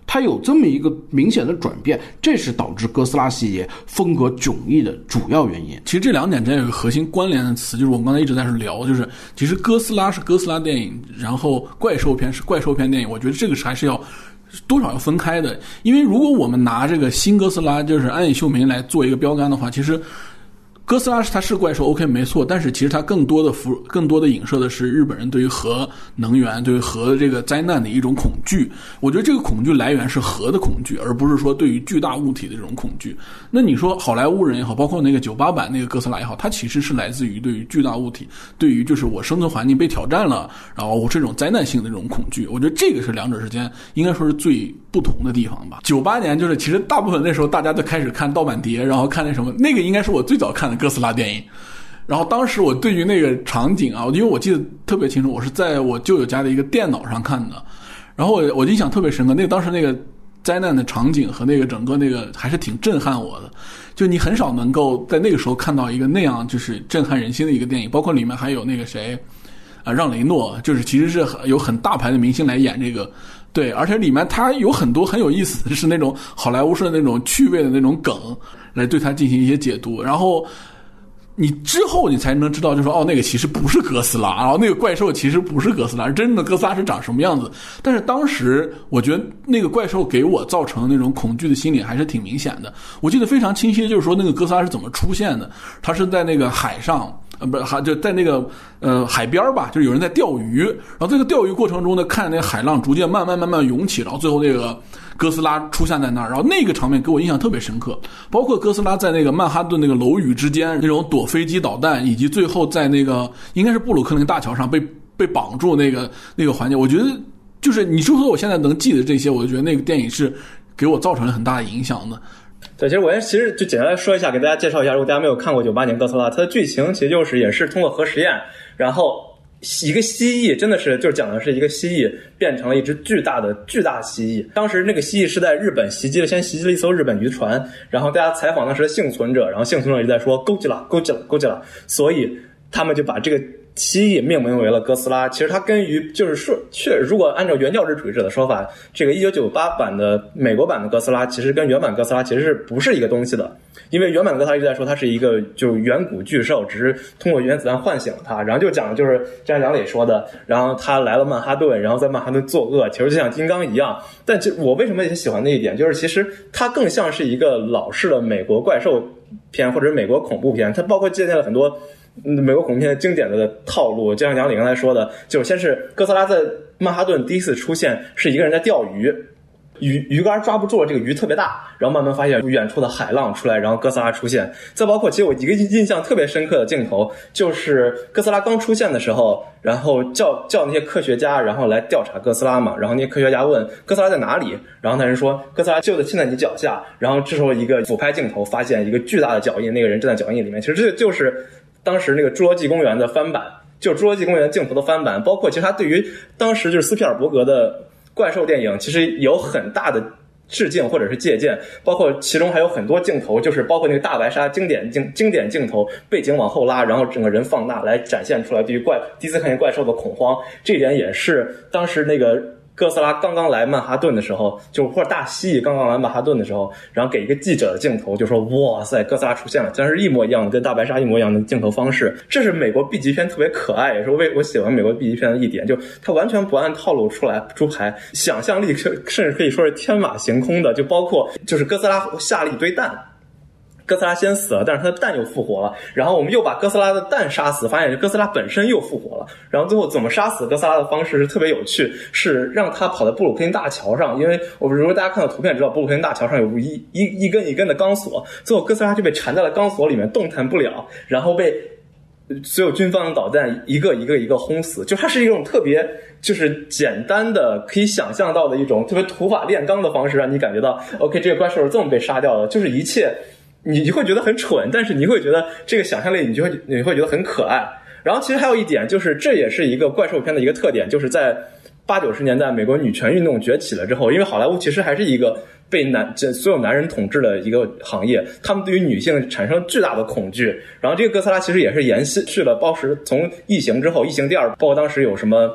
S2: 它有这么一个明显的转变，这是导致哥斯拉系列风格迥异的主要原因。
S1: 其实这两点之间有一个核心关联的词，就是我们刚才一直在这聊，就是其实哥斯拉是哥斯拉电影，然后怪兽片是怪兽片电影，我觉得这个还是要多少要分开的。因为如果我们拿这个新哥斯拉就是安野秀明来做一个标杆的话，其实哥斯拉它是怪兽 OK 没错，但是其实它更多的影射的是日本人对于核能源对于核这个灾难的一种恐惧。我觉得这个恐惧来源是核的恐惧，而不是说对于巨大物体的这种恐惧。那你说好莱坞人也好，包括那个98版那个哥斯拉也好，它其实是来自于对于巨大物体，对于就是我生存环境被挑战了，然后这种灾难性的这种恐惧。我觉得这个是两者之间应该说是最不同的地方吧。98年就是其实大部分那时候大家都开始看盗版碟，然后看那什么，那个应该是我最早看的哥斯拉电影。然后当时我对于那个场景啊，因为我记得特别清楚，我是在我舅舅家的一个电脑上看的，然后我印象特别深刻，那个当时那个灾难的场景和那个整个那个还是挺震撼我的。就你很少能够在那个时候看到一个那样就是震撼人心的一个电影，包括里面还有那个谁让雷诺，就是其实是有很大牌的明星来演这个。对，而且里面它有很多很有意思的是那种好莱坞式的那种趣味的那种梗来对它进行一些解读，然后你之后你才能知道，就说那个其实不是哥斯拉，然后那个怪兽其实不是哥斯拉，真正的哥斯拉是长什么样子。但是当时我觉得那个怪兽给我造成那种恐惧的心理还是挺明显的。我记得非常清晰，就是说那个哥斯拉是怎么出现的，它是在那个海上。不是，就在那个海边吧，就是有人在钓鱼，然后这个钓鱼过程中呢，看那个海浪逐渐慢慢涌起，然后最后那个哥斯拉出现在那儿，然后那个场面给我印象特别深刻。包括哥斯拉在那个曼哈顿那个楼宇之间那种躲飞机导弹，以及最后在那个应该是布鲁克林大桥上被绑住那个环节，我觉得就是你说我现在能记得这些，我就觉得那个电影是给我造成了很大的影响的。
S3: 对，其实就简单来说一下，给大家介绍一下，如果大家没有看过98年哥斯拉，它的剧情其实也是通过核实验，然后一个蜥蜴，真的是就是讲的是一个蜥蜴变成了一只巨大蜥蜴。当时那个蜥蜴是在日本先袭击了一艘日本渔船，然后大家采访当时的幸存者，然后幸存者一直在说勾击了，所以他们就把这个蜥蜴命名为了哥斯拉。其实它根于就是说，如果按照原教旨主义者的说法，这个1998版的美国版的哥斯拉其实跟原版哥斯拉其实是不是一个东西的。因为原版的哥斯拉一直在说它是一个就是远古巨兽，只是通过原子弹唤醒了它，然后就讲的就是像杨磊说的，然后他来了曼哈顿，然后在曼哈顿作恶，其实就像金刚一样。但我为什么也喜欢那一点，就是其实它更像是一个老式的美国怪兽片或者美国恐怖片，它包括借鉴了很多美国恐怖片经典的套路，就像杨磊刚才说的，就是先是哥斯拉在曼哈顿第一次出现是一个人在钓鱼，鱼竿抓不住了，这个鱼特别大，然后慢慢发现远处的海浪出来，然后哥斯拉出现。再包括其实我一个印象特别深刻的镜头，就是哥斯拉刚出现的时候，然后叫那些科学家然后来调查哥斯拉嘛，然后那些科学家问哥斯拉在哪里，然后那人说哥斯拉就在现在你脚下，然后这时候一个俯拍镜头发现一个巨大的脚印，那个人站在脚印里面，其实这就是当时那个侏罗纪公园的翻版，就是侏罗纪公园镜头的翻版。包括其实他对于当时就是斯皮尔伯格的怪兽电影其实有很大的致敬或者是借鉴，包括其中还有很多镜头，就是包括那个大白鲨经典镜头，背景往后拉，然后整个人放大来展现出来对于第一次看见怪兽的恐慌。这一点也是当时那个哥斯拉刚刚来曼哈顿的时候，就或者大蜥蜴刚刚来曼哈顿的时候，然后给一个记者的镜头，就说哇塞，哥斯拉出现了，真是一模一样的，跟大白鲨一模一样的镜头方式。这是美国 B 级片特别可爱，也是我喜欢美国 B 级片的一点，就它完全不按套路出牌，想象力甚至可以说是天马行空的。就包括就是哥斯拉下了一堆蛋，哥斯拉先死了，但是他的蛋又复活了，然后我们又把哥斯拉的蛋杀死，发现哥斯拉本身又复活了，然后最后怎么杀死哥斯拉的方式是特别有趣，是让他跑在布鲁克林大桥上，因为如果大家看到图片知道布鲁克林大桥上有一根一根的钢索，最后哥斯拉就被缠在了钢索里面动弹不了，然后被所有军方的导弹一个轰死。就它是一种特别就是简单的可以想象到的一种特别土法炼钢的方式，让你感觉到 OK 这个怪兽是这么被杀掉的，就是一切你会觉得很蠢，但是你会觉得这个想象力你会觉得很可爱。然后其实还有一点，就是这也是一个怪兽片的一个特点，就是在80-90年代美国女权运动崛起了之后，因为好莱坞其实还是一个被所有男人统治的一个行业，他们对于女性产生巨大的恐惧。然后这个哥斯拉其实也是延续了当时从异形之后，异形第二，包括当时有什么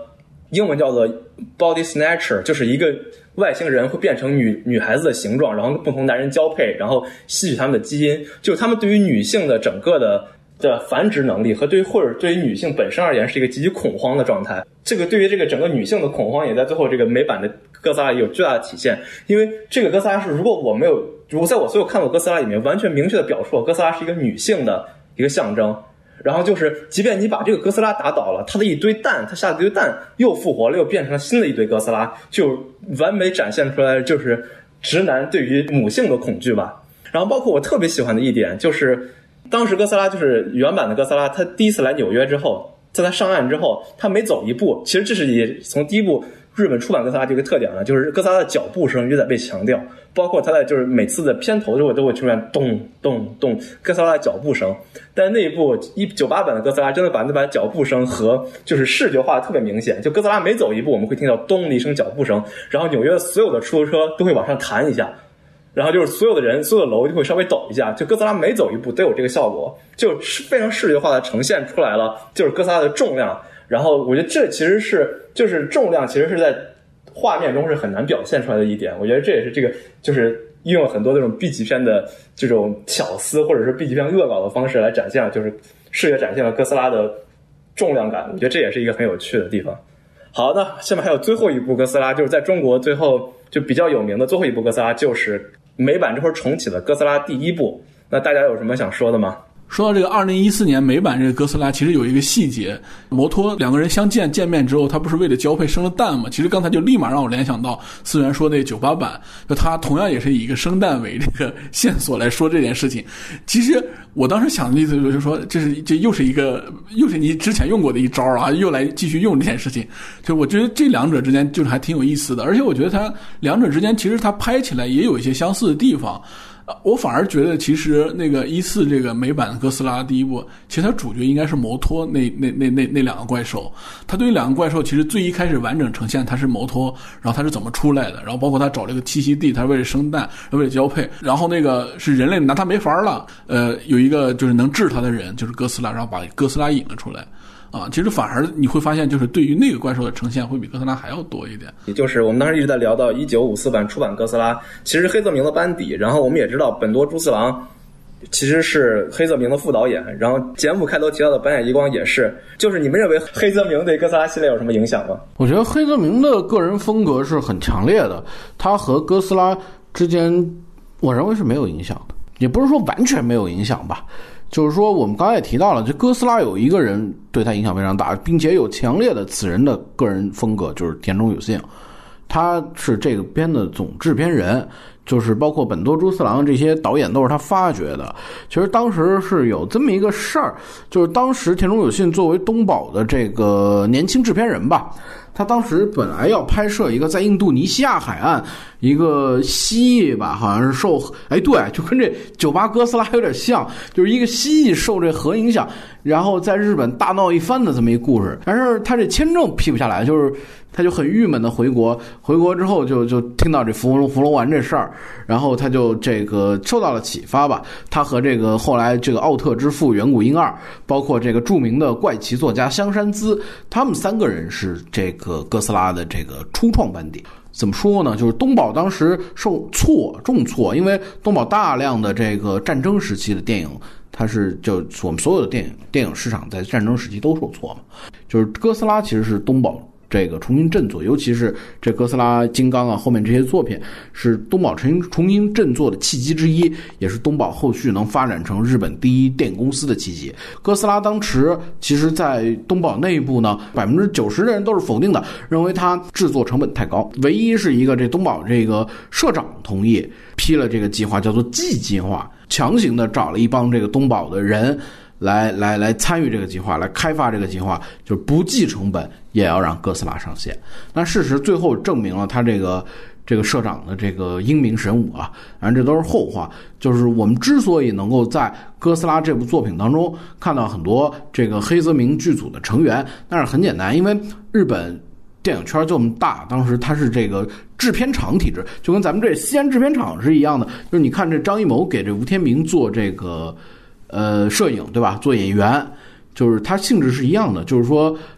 S3: 英文叫做 body snatcher， 就是一个外星人会变成女孩子的形状，然后跟不同男人交配，然后吸取他们的基因，就是他们对于女性的整个的繁殖能力和或者对于女性本身而言是一个极其恐慌的状态。这个对于这个整个女性的恐慌也在最后这个美版的哥斯拉也有巨大的体现。因为这个哥斯拉是如果在我所有看过哥斯拉里面完全明确的表述哥斯拉是一个女性的一个象征，然后就是即便你把这个哥斯拉打倒了，它的一堆蛋，它下的一堆蛋又复活了，又变成了新的一堆哥斯拉，就完美展现出来就是直男对于母性的恐惧吧。然后包括我特别喜欢的一点就是当时哥斯拉就是原版的哥斯拉，他第一次来纽约之后，在他上岸之后，他每走一步，其实这是也从第一部日本出版哥斯拉这个特点了，就是哥斯拉的脚步声一直在被强调，包括他在就是每次的片头都会出现咚咚咚哥斯拉的脚步声。但那一部198版的哥斯拉真的把那把脚步声和就是视觉化特别明显，就哥斯拉每走一步我们会听到咚的一声脚步声，然后纽约的所有的出租车都会往上弹一下，然后就是所有的人所有的楼就会稍微抖一下，就哥斯拉每走一步都有这个效果，就是非常视觉化的呈现出来了就是哥斯拉的重量。然后我觉得这其实是就是重量其实是在画面中是很难表现出来的一点，我觉得这也是这个就是运用很多这种 B 级片的这种巧思或者是 B 级片恶搞的方式来展现了，就是视觉展现了哥斯拉的重量感，我觉得这也是一个很有趣的地方。好，那下面还有最后一部哥斯拉，就是在中国最后就比较有名的最后一部哥斯拉，就是美版这会儿重启的哥斯拉第一部。那大家有什么想说的吗？
S1: 说到这个2014年美版这个哥斯拉，其实有一个细节，摩托两个人见面之后，他不是为了交配生了蛋吗？其实刚才就立马让我联想到思源说那98版，就他同样也是以一个生蛋为这个线索来说这件事情。其实我当时想的意思就是说，这又是你之前用过的一招啊，又来继续用这件事情。就我觉得这两者之间就是还挺有意思的，而且我觉得它两者之间其实它拍起来也有一些相似的地方。我反而觉得其实那个14这个美版的哥斯拉第一部，其实它主角应该是摩托那两个怪兽。它对于两个怪兽其实最一开始完整呈现它是摩托，然后它是怎么出来的，然后包括它找这个栖息地，它是为了生蛋，为了交配，然后那个是人类拿它没法了，有一个就是能治它的人就是哥斯拉，然后把哥斯拉引了出来。其实反而你会发现，就是对于那个怪兽的呈现会比哥斯拉还要多一点。
S3: 也就是我们当时一直在聊到1954版出版哥斯拉，其实黑泽明的班底，然后我们也知道本多猪四郎其实是黑泽明的副导演，然后节目开头提到的坂野一光也是。就是你们认为黑泽明对哥斯拉系列有什么影响吗？
S2: 我觉得黑泽明的个人风格是很强烈的，他和哥斯拉之间我认为是没有影响的，也不是说完全没有影响吧。就是说我们刚才也提到了，这哥斯拉有一个人对他影响非常大，并且有强烈的此人的个人风格，就是田中有幸，他是这个片的总制片人，就是包括本多猪四郎这些导演都是他发掘的。其实当时是有这么一个事儿，就是当时田中有幸作为东宝的这个年轻制片人吧，他当时本来要拍摄一个在印度尼西亚海岸一个蜥蜴吧，好像是受对，就跟这98哥斯拉有点像，就是一个蜥蜴受这核影响，然后在日本大闹一番的这么一故事。但是他这签证批不下来，就是他就很郁闷的回国之后就听到这伏龙丸这事儿，然后他就这个受到了启发吧。他和这个后来这个奥特之父远古婴二，包括这个著名的怪奇作家香山资，他们3个人是这个哥斯拉的这个初创班底。怎么说呢？就是东宝当时重挫，因为东宝大量的这个战争时期的电影，它是就我们所有的电影市场在战争时期都受挫嘛。就是哥斯拉其实是东宝这个重新振作，尤其是这哥斯拉、金刚啊后面这些作品是东宝重新振作的契机之一，也是东宝后续能发展成日本第一电影公司的契机。哥斯拉当时其实在东宝内部呢，90%的人都是否定的，认为它制作成本太高，唯一是一个这东宝这个社长同意批了这个计划，叫做 G 计划，强行的找了一帮这个东宝的人来参与这个计划，来开发这个计划，就是不计成本也要让哥斯拉上线。那事实最后证明了他这个社长的这个英明神武啊，当然这都是后话。就是我们之所以能够在哥斯拉这部作品当中看到很多这个黑泽明剧组的成员，那是很简单，因为日本电影圈就这么大，当时它是这个制片厂体制，就跟咱们这西安制片厂是一样的。就是你看这张艺谋给这吴天明做这个摄影对吧，做演员，就是它性质是一样的，就是说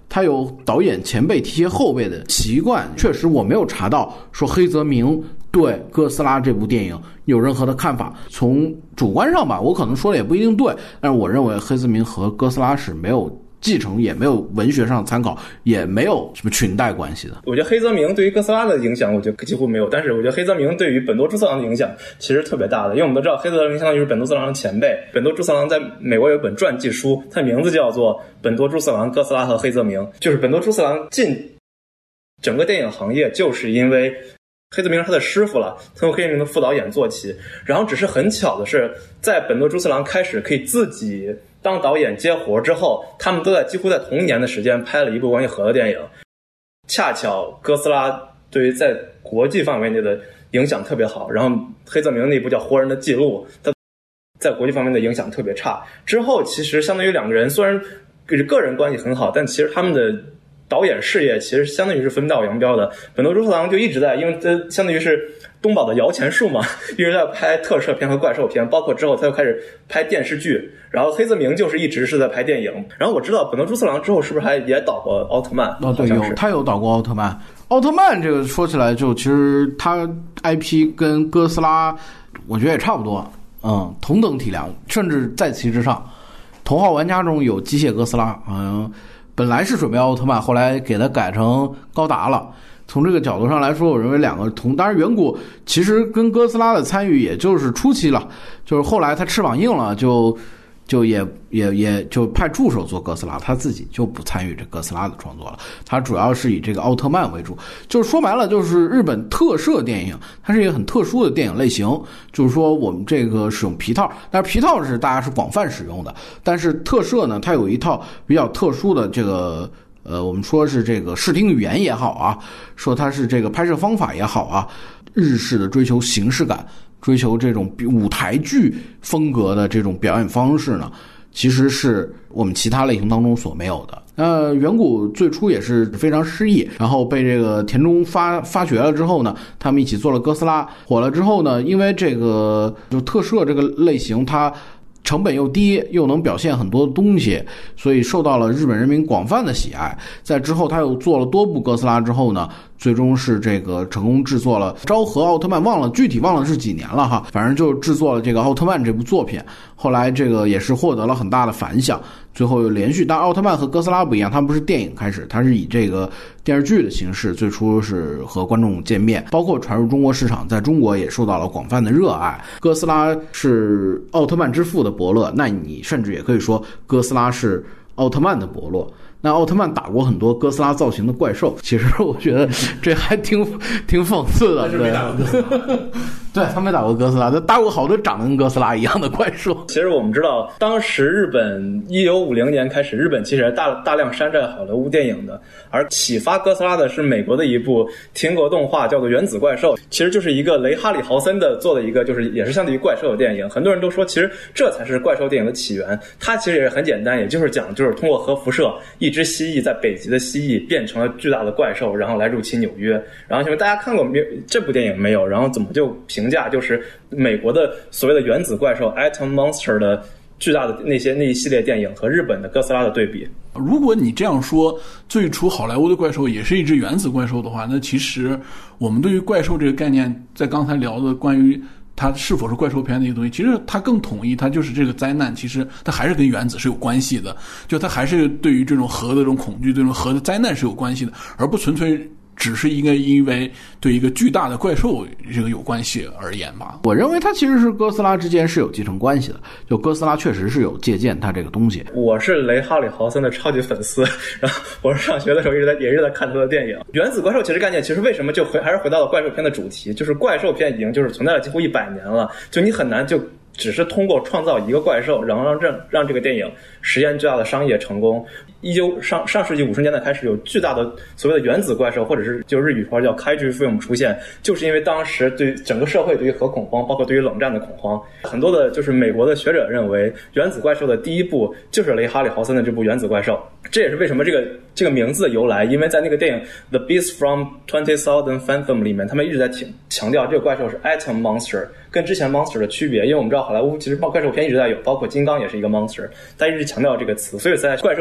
S2: 他有导演前辈提携后辈的习惯。确实我没有查到说黑泽明对哥斯拉这部电影有任何的看法。从主观上吧，我可能说的也不一定对，但是我认为黑泽明和哥斯拉是没有继承，也没有文学上参考，也没有什么裙带关系的。
S3: 我觉得黑泽明对于哥斯拉的影响我觉得几乎没有，但是我觉得黑泽明对于本多猪次郎的影响其实特别大的。因为我们都知道黑泽明相当于是本多猪次郎的前辈，本多猪次郎在美国有一本传记书，它名字叫做本多猪次郎、哥斯拉和黑泽明。就是本多猪次郎进整个电影行业就是因为黑泽明是他的师傅了，从黑泽明的副导演做起，然后只是很巧的是在本多猪次郎开始可以自己当导演接活之后，他们都在几乎在同一年的时间拍了一部关于核的电影。恰巧哥斯拉对于在国际范围内的影响特别好，然后黑泽明那部叫《活人的记录》，他在国际方面的影响特别差。之后其实相当于两个人虽然个人关系很好，但其实他们的导演事业其实相当于是分道扬镳的。本多猪次郎就一直在，因为这相当于是东宝的摇钱树嘛，一直在拍特摄片和怪兽片，包括之后他又开始拍电视剧。然后黑泽明就是一直是在拍电影。然后我知道本多猪次郎之后是不是还也导过奥特曼？
S2: 对，他有导过奥特曼。奥特曼这个说起来就其实他 IP 跟哥斯拉我觉得也差不多，同等体量，甚至在其之上。头号玩家中有机械哥斯拉，本来是准备奥特曼，后来给它改成高达了。从这个角度上来说，我认为两个当然远古其实跟哥斯拉的参与也就是初期了，就是后来他翅膀硬了，就也就派助手做哥斯拉，他自己就不参与这哥斯拉的创作了，他主要是以这个奥特曼为主。就是说白了，就是日本特摄电影，它是一个很特殊的电影类型，就是说我们这个使用皮套，但是皮套是大家是广泛使用的，但是特摄呢，它有一套比较特殊的这个我们说是这个视听语言也好啊，说它是这个拍摄方法也好啊，日式的追求形式感，追求这种舞台剧风格的这种表演方式呢，其实是我们其他类型当中所没有的。远古最初也是非常失意，然后被这个田中发掘了之后呢，他们一起做了哥斯拉，火了之后呢，因为这个就特摄这个类型它成本又低，又能表现很多东西，所以受到了日本人民广泛的喜爱。在之后他又做了多部哥斯拉之后呢，最终是这个成功制作了昭和奥特曼，具体忘了是几年了哈，反正就制作了这个奥特曼这部作品。后来这个也是获得了很大的反响，最后又连续，但奥特曼和哥斯拉不一样，它不是电影开始，它是以这个电视剧的形式最初是和观众见面，包括传入中国市场，在中国也受到了广泛的热爱。哥斯拉是奥特曼之父的伯乐，那你甚至也可以说哥斯拉是奥特曼的伯乐。那奥特曼打过很多哥斯拉造型的怪兽，其实我觉得这还挺讽刺的。对，他没打过哥斯拉，他打过好多长得跟哥斯拉一样的怪兽。
S3: 其实我们知道，当时日本1950年开始，日本其实大量山寨好莱坞电影的，而启发哥斯拉的是美国的一部停格动画，叫做《原子怪兽》，其实就是一个雷哈里豪森的做的一个，就是也是相对于怪兽的电影。很多人都说，其实这才是怪兽电影的起源。它其实也是很简单，也就是讲，就是通过核辐射，一只蜥蜴在北极的蜥蜴变成了巨大的怪兽，然后来入侵纽约。然后请问大家看过这部电影没有？然后怎么就评价就是美国的所谓的原子怪兽 Atom Monster 的巨大的那一系列电影和日本的哥斯拉的对比？
S1: 如果你这样说，最初好莱坞的怪兽也是一只原子怪兽的话，那其实我们对于怪兽这个概念，在刚才聊的关于它是否是怪兽片的一个东西，其实它更统一，它就是这个灾难，其实它还是跟原子是有关系的，就它还是对于这种核的这种恐惧，对这种核的灾难是有关系的，而不纯粹只是因为对一个巨大的怪兽这个有关系而言吧。
S2: 我认为它其实是哥斯拉之间是有继承关系的，就哥斯拉确实是有借鉴它这个东西。
S3: 我是雷哈里豪森的超级粉丝，然后我是上学的时候也是在看他的电影。原子怪兽其实概念，其实为什么就还是回到了怪兽片的主题，就是怪兽片已经就是存在了几乎100年了，就你很难就只是通过创造一个怪兽，然后让这个电影实现巨大的商业成功。上世纪50年代开始有巨大的所谓的原子怪兽，或者是就日语说叫开局 film 出现，就是因为当时对整个社会对于核恐慌，包括对于冷战的恐慌，很多的就是美国的学者认为原子怪兽的第一部就是雷哈里豪森的这部原子怪兽。这也是为什么这个名字的由来，因为在那个电影 The Beast from 20,000 Fathom 里面，他们一直在强调这个怪兽是 Atom Monster， 跟之前 Monster 的区别。因为我们知道好莱坞其实怪兽片一直在有，包括金刚也是一个 Monster， 他一直强调这个词，所以在怪兽研究里面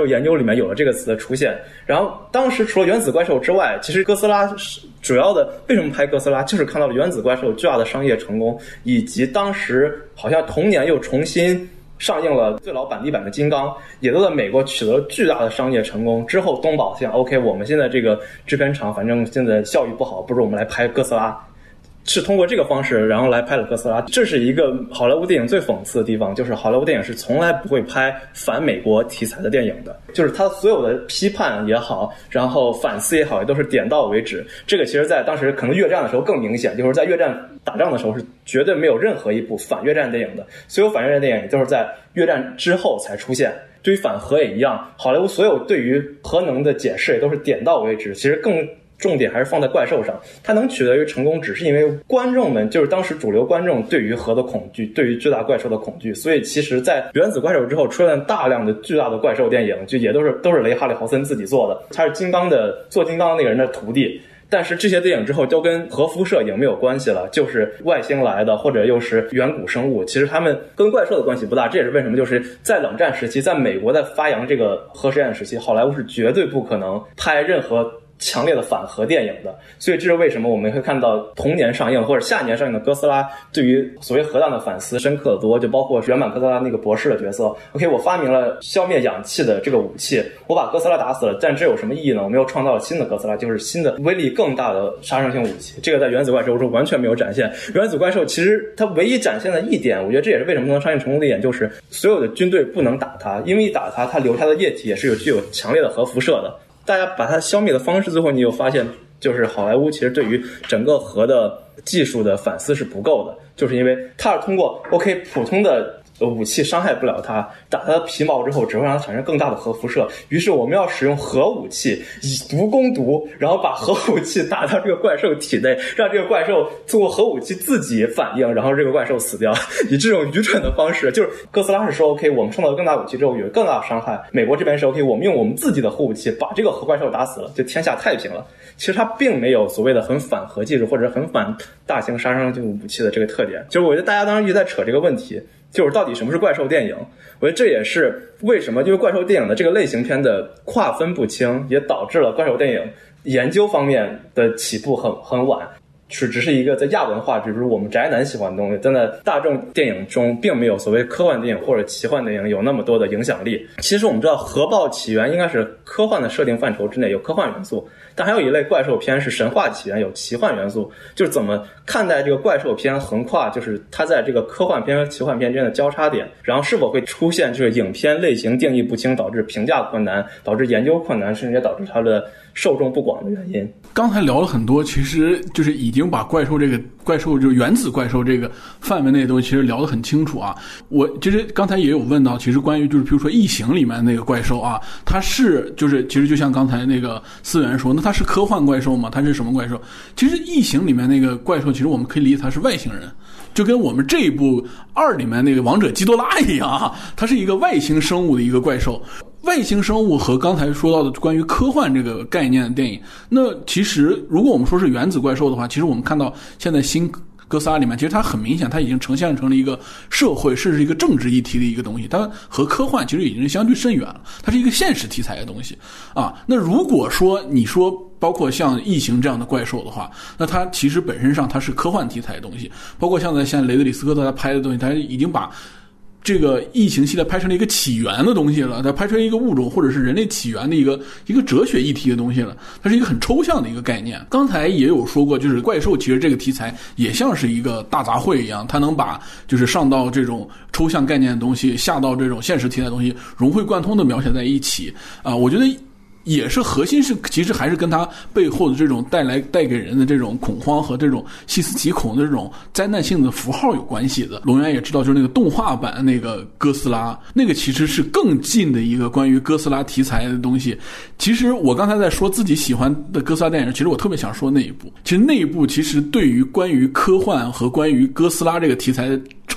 S3: 面有了这个词的出现。然后当时除了原子怪兽之外，其实哥斯拉主要的为什么拍哥斯拉，就是看到了原子怪兽巨大的商业成功，以及当时好像同年又重新上映了最老版地版的金刚，也都在美国取得了巨大的商业成功。之后东宝想 OK， 我们现在这个制片厂反正现在效益不好，不如我们来拍哥斯拉，是通过这个方式然后来拍了哥斯拉。这是一个好莱坞电影最讽刺的地方，就是好莱坞电影是从来不会拍反美国题材的电影的，就是它所有的批判也好，然后反思也好，也都是点到为止。这个其实在当时可能越战的时候更明显，就是在越战打仗的时候是绝对没有任何一部反越战电影的，所有反越战电影也都是在越战之后才出现。对于反核也一样，好莱坞所有对于核能的解释也都是点到为止，其实更重点还是放在怪兽上。它能取得一个成功，只是因为观众们，就是当时主流观众对于核的恐惧，对于巨大怪兽的恐惧。所以其实在原子怪兽之后出现大量的巨大的怪兽电影，就也都是雷哈里豪森自己做的，他是做金刚那个人的徒弟。但是这些电影之后都跟核辐射已经没有关系了，就是外星来的或者又是远古生物，其实他们跟怪兽的关系不大。这也是为什么就是在冷战时期，在美国在发扬这个核实验时期，好莱坞是绝对不可能拍任何强烈的反核电影的。所以这是为什么我们会看到同年上映或者下年上映的哥斯拉对于所谓核弹的反思深刻的多，就包括原版哥斯拉那个博士的角色。 OK， 我发明了消灭氧气的这个武器，我把哥斯拉打死了，但这有什么意义呢？我们又创造了新的哥斯拉，就是新的威力更大的杀伤性武器，这个在原子怪兽中完全没有展现。原子怪兽其实它唯一展现的一点，我觉得这也是为什么能上映成功的一点，就是所有的军队不能打它，因为一打它，它留下的液体也是具有强烈的核辐射的。大家把它消灭的方式，最后你有发现，就是好莱坞其实对于整个核的技术的反思是不够的，就是因为它是通过 OK 普通的武器伤害不了它，打它的皮毛之后只会让它产生更大的核辐射，于是我们要使用核武器，以毒攻毒，然后把核武器打到这个怪兽体内，让这个怪兽通过核武器自己反应，然后这个怪兽死掉。以这种愚蠢的方式，就是哥斯拉是说 OK 我们创造了更大武器之后有更大的伤害，美国这边是 OK 我们用我们自己的核武器把这个核怪兽打死了，就天下太平了。其实它并没有所谓的很反核技术或者很反大型杀伤性武器的这个特点。就是我觉得大家当时一直在扯这个问题，就是到底什么是怪兽电影。我觉得这也是为什么就是怪兽电影的这个类型片的划分不清，也导致了怪兽电影研究方面的起步很晚，只是一个在亚文化，就是我们宅男喜欢的东西，但在大众电影中并没有所谓科幻电影或者奇幻电影有那么多的影响力。其实我们知道核爆起源应该是科幻的设定范畴之内，有科幻元素，但还有一类怪兽片是神话起源，有奇幻元素。就是怎么看待这个怪兽片横跨就是它在这个科幻片和奇幻片之间的交叉点，然后是否会出现就是影片类型定义不清，导致评价困难，导致研究困难，甚至也导致它的受众不广的原因。
S1: 刚才聊了很多，其实就是已经把怪兽就是原子怪兽这个范围内的东西其实聊得很清楚啊。我其实刚才也有问到，其实关于就是比如说异形里面那个怪兽啊，它是就是其实就像刚才那个思源说，那它是科幻怪兽吗？它是什么怪兽？其实异形里面那个怪兽，其实我们可以理解它是外星人，就跟我们这一部2里面那个王者基多拉一样啊，它是一个外星生物的一个怪兽。外星生物和刚才说到的关于科幻这个概念的电影，那其实如果我们说是原子怪兽的话，其实我们看到现在新哥斯拉里面，其实它很明显它已经呈现成了一个社会甚至一个政治议题的一个东西，它和科幻其实已经是相距甚远了，它是一个现实题材的东西啊。那如果说你说包括像异形这样的怪兽的话，那它其实本身上它是科幻题材的东西，包括像雷德里斯科特他拍的东西，他已经把这个异形系列拍成了一个起源的东西了，它拍成一个物种或者是人类起源的一个哲学议题的东西了，它是一个很抽象的一个概念。刚才也有说过，就是怪兽其实这个题材也像是一个大杂烩一样，它能把就是上到这种抽象概念的东西，下到这种现实题材的东西融会贯通的描写在一起啊。我觉得也是核心是其实还是跟它背后的这种带给人的这种恐慌和这种细思极恐的这种灾难性的符号有关系的。龙源也知道，就是那个动画版那个哥斯拉，那个其实是更近的一个关于哥斯拉题材的东西。其实我刚才在说自己喜欢的哥斯拉电影，其实我特别想说那一部，其实那一部其实对于关于科幻和关于哥斯拉这个题材的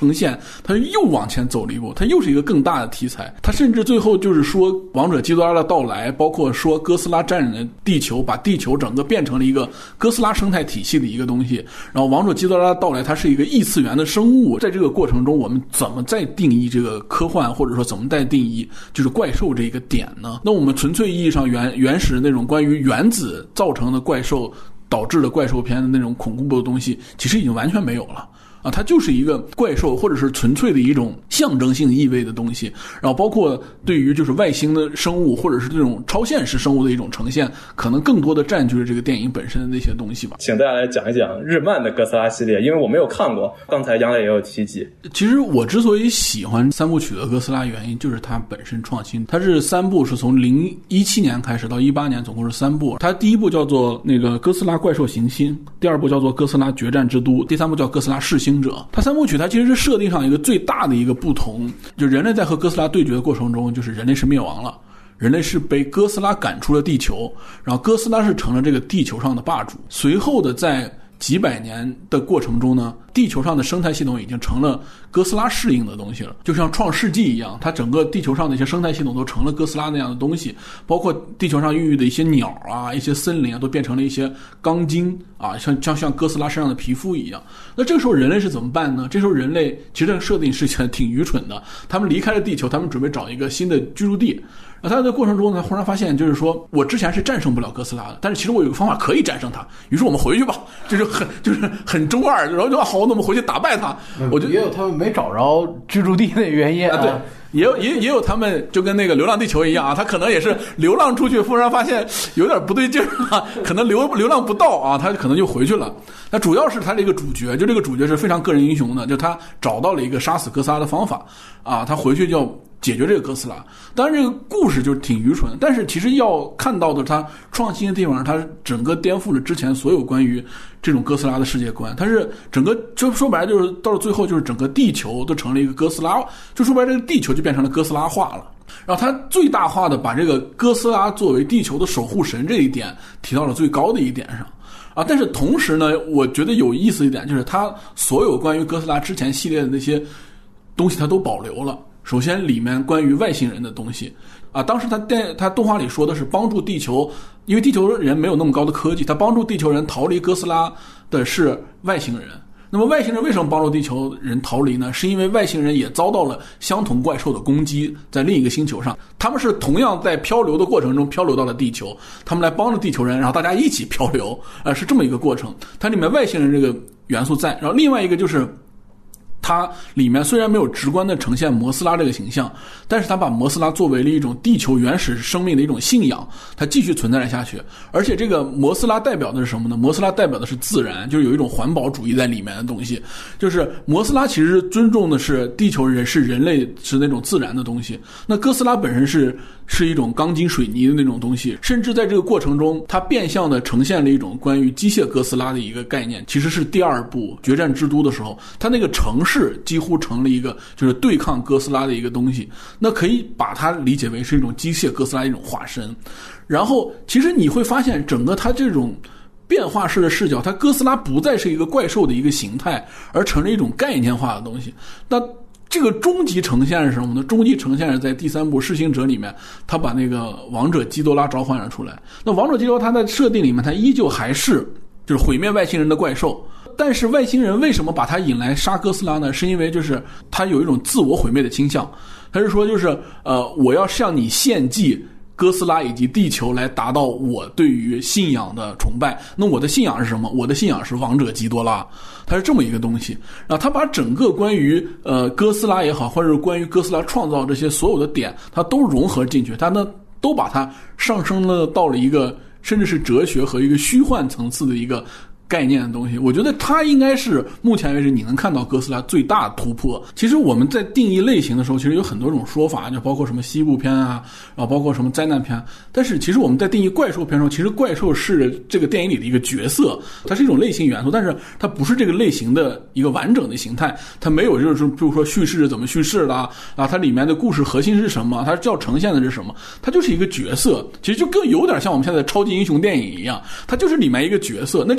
S1: 呈现，它又往前走了一步，它又是一个更大的题材。它甚至最后就是说王者基多拉的到来，包括说哥斯拉占领了地球，把地球整个变成了一个哥斯拉生态体系的一个东西。然后王者基多拉的到来，它是一个异次元的生物。在这个过程中，我们怎么再定义这个科幻，或者说怎么再定义就是怪兽这一个点呢？那我们纯粹意义上原始那种关于原子造成的怪兽导致的怪兽片的那种恐怖的东西，其实已经完全没有了。它就是一个怪兽，或者是纯粹的一种象征性意味的东西。然后包括对于就是外星的生物，或者是这种超现实生物的一种呈现，可能更多的占据了这个电影本身的那些东西吧。
S3: 请大家来讲一讲日漫的哥斯拉系列，因为我没有看过，刚才杨磊也有提及。
S1: 其实我之所以喜欢三部曲的哥斯拉，原因就是它本身创新。它是三部，是从2017年开始到18年，总共是3部。它第一部叫做那个哥斯拉怪兽行星，第二部叫做哥斯拉决战之都，第三部叫哥斯拉噬星者。它三部曲它其实是设定上一个最大的一个不同，就人类在和哥斯拉对决的过程中，就是人类是灭亡了，人类是被哥斯拉赶出了地球，然后哥斯拉是成了这个地球上的霸主。随后的在几百年的过程中呢，地球上的生态系统已经成了哥斯拉适应的东西了，就像创世纪一样，它整个地球上的一些生态系统都成了哥斯拉那样的东西，包括地球上孕育的一些鸟啊、一些森林啊，都变成了一些钢筋啊，像哥斯拉身上的皮肤一样。那这个时候人类是怎么办呢？这时候人类其实这个设定是挺愚蠢的，他们离开了地球，他们准备找一个新的居住地。然后他在过程中呢，忽然发现就是说我之前是战胜不了哥斯拉的，但是其实我有个方法可以战胜他，于是我们回去吧，就是很中二，然后就好，那我们回去打败他。我觉得
S2: 也有他们没找着居住地的原因
S1: 啊，对。也有他们就跟那个流浪地球一样啊，他可能也是流浪出去，忽然发现有点不对劲啊，可能流浪不到啊，他可能就回去了。那主要是他这个主角，就这个主角是非常个人英雄的，就他找到了一个杀死哥斯拉的方法啊，他回去就要解决这个哥斯拉。当然这个故事就是挺愚蠢，但是其实要看到的他创新的地方，他整个颠覆了之前所有关于这种哥斯拉的世界观。他是整个就说白了就是到了最后就是整个地球都成了一个哥斯拉，就说白了这个地球就变成了哥斯拉化了。然后他最大化的把这个哥斯拉作为地球的守护神这一点提到了最高的一点上啊。但是同时呢，我觉得有意思一点就是他所有关于哥斯拉之前系列的那些东西他都保留了。首先里面关于外星人的东西啊，当时他动画里说的是帮助地球，因为地球人没有那么高的科技，他帮助地球人逃离哥斯拉的是外星人。那么外星人为什么帮助地球人逃离呢？是因为外星人也遭到了相同怪兽的攻击，在另一个星球上，他们是同样在漂流的过程中漂流到了地球，他们来帮助地球人，然后大家一起漂流，是这么一个过程。它里面外星人这个元素在，然后另外一个就是它里面虽然没有直观的呈现摩斯拉这个形象，但是它把摩斯拉作为了一种地球原始生命的一种信仰，它继续存在下去。而且这个摩斯拉代表的是什么呢？摩斯拉代表的是自然，就是有一种环保主义在里面的东西。就是摩斯拉其实尊重的是地球人，是人类，是那种自然的东西。那哥斯拉本身是一种钢筋水泥的那种东西，甚至在这个过程中它变相的呈现了一种关于机械哥斯拉的一个概念。其实是第二部决战之都的时候，它那个城市几乎成了一个就是对抗哥斯拉的一个东西，那可以把它理解为是一种机械哥斯拉一种化身。然后其实你会发现整个它这种变化式的视角，它哥斯拉不再是一个怪兽的一个形态，而成了一种概念化的东西。那这个终极呈现是什么呢？终极呈现是在第3部噬星者里面，他把那个王者基多拉召唤了出来。那王者基多拉他在设定里面，他依旧还是就是毁灭外星人的怪兽，但是外星人为什么把他引来杀哥斯拉呢？是因为就是他有一种自我毁灭的倾向，他是说就是我要向你献祭哥斯拉以及地球来达到我对于信仰的崇拜。那我的信仰是什么？我的信仰是王者基多拉，它是这么一个东西。然后他把整个关于哥斯拉也好，或者是关于哥斯拉创造这些所有的点，它都融合进去，它呢都把它上升了到了一个甚至是哲学和一个虚幻层次的一个概念的东西。我觉得它应该是目前为止你能看到哥斯拉最大的突破。其实我们在定义类型的时候，其实有很多种说法，就包括什么西部片啊，然后包括什么灾难片。但是其实我们在定义怪兽片的时候，其实怪兽是这个电影里的一个角色，它是一种类型元素，但是它不是这个类型的一个完整的形态，它没有就是比如说叙事怎么叙事啦，啊，它里面的故事核心是什么，它要呈现的是什么，它就是一个角色。其实就更有点像我们现在的超级英雄电影一样，它就是里面一个角色。那这个角色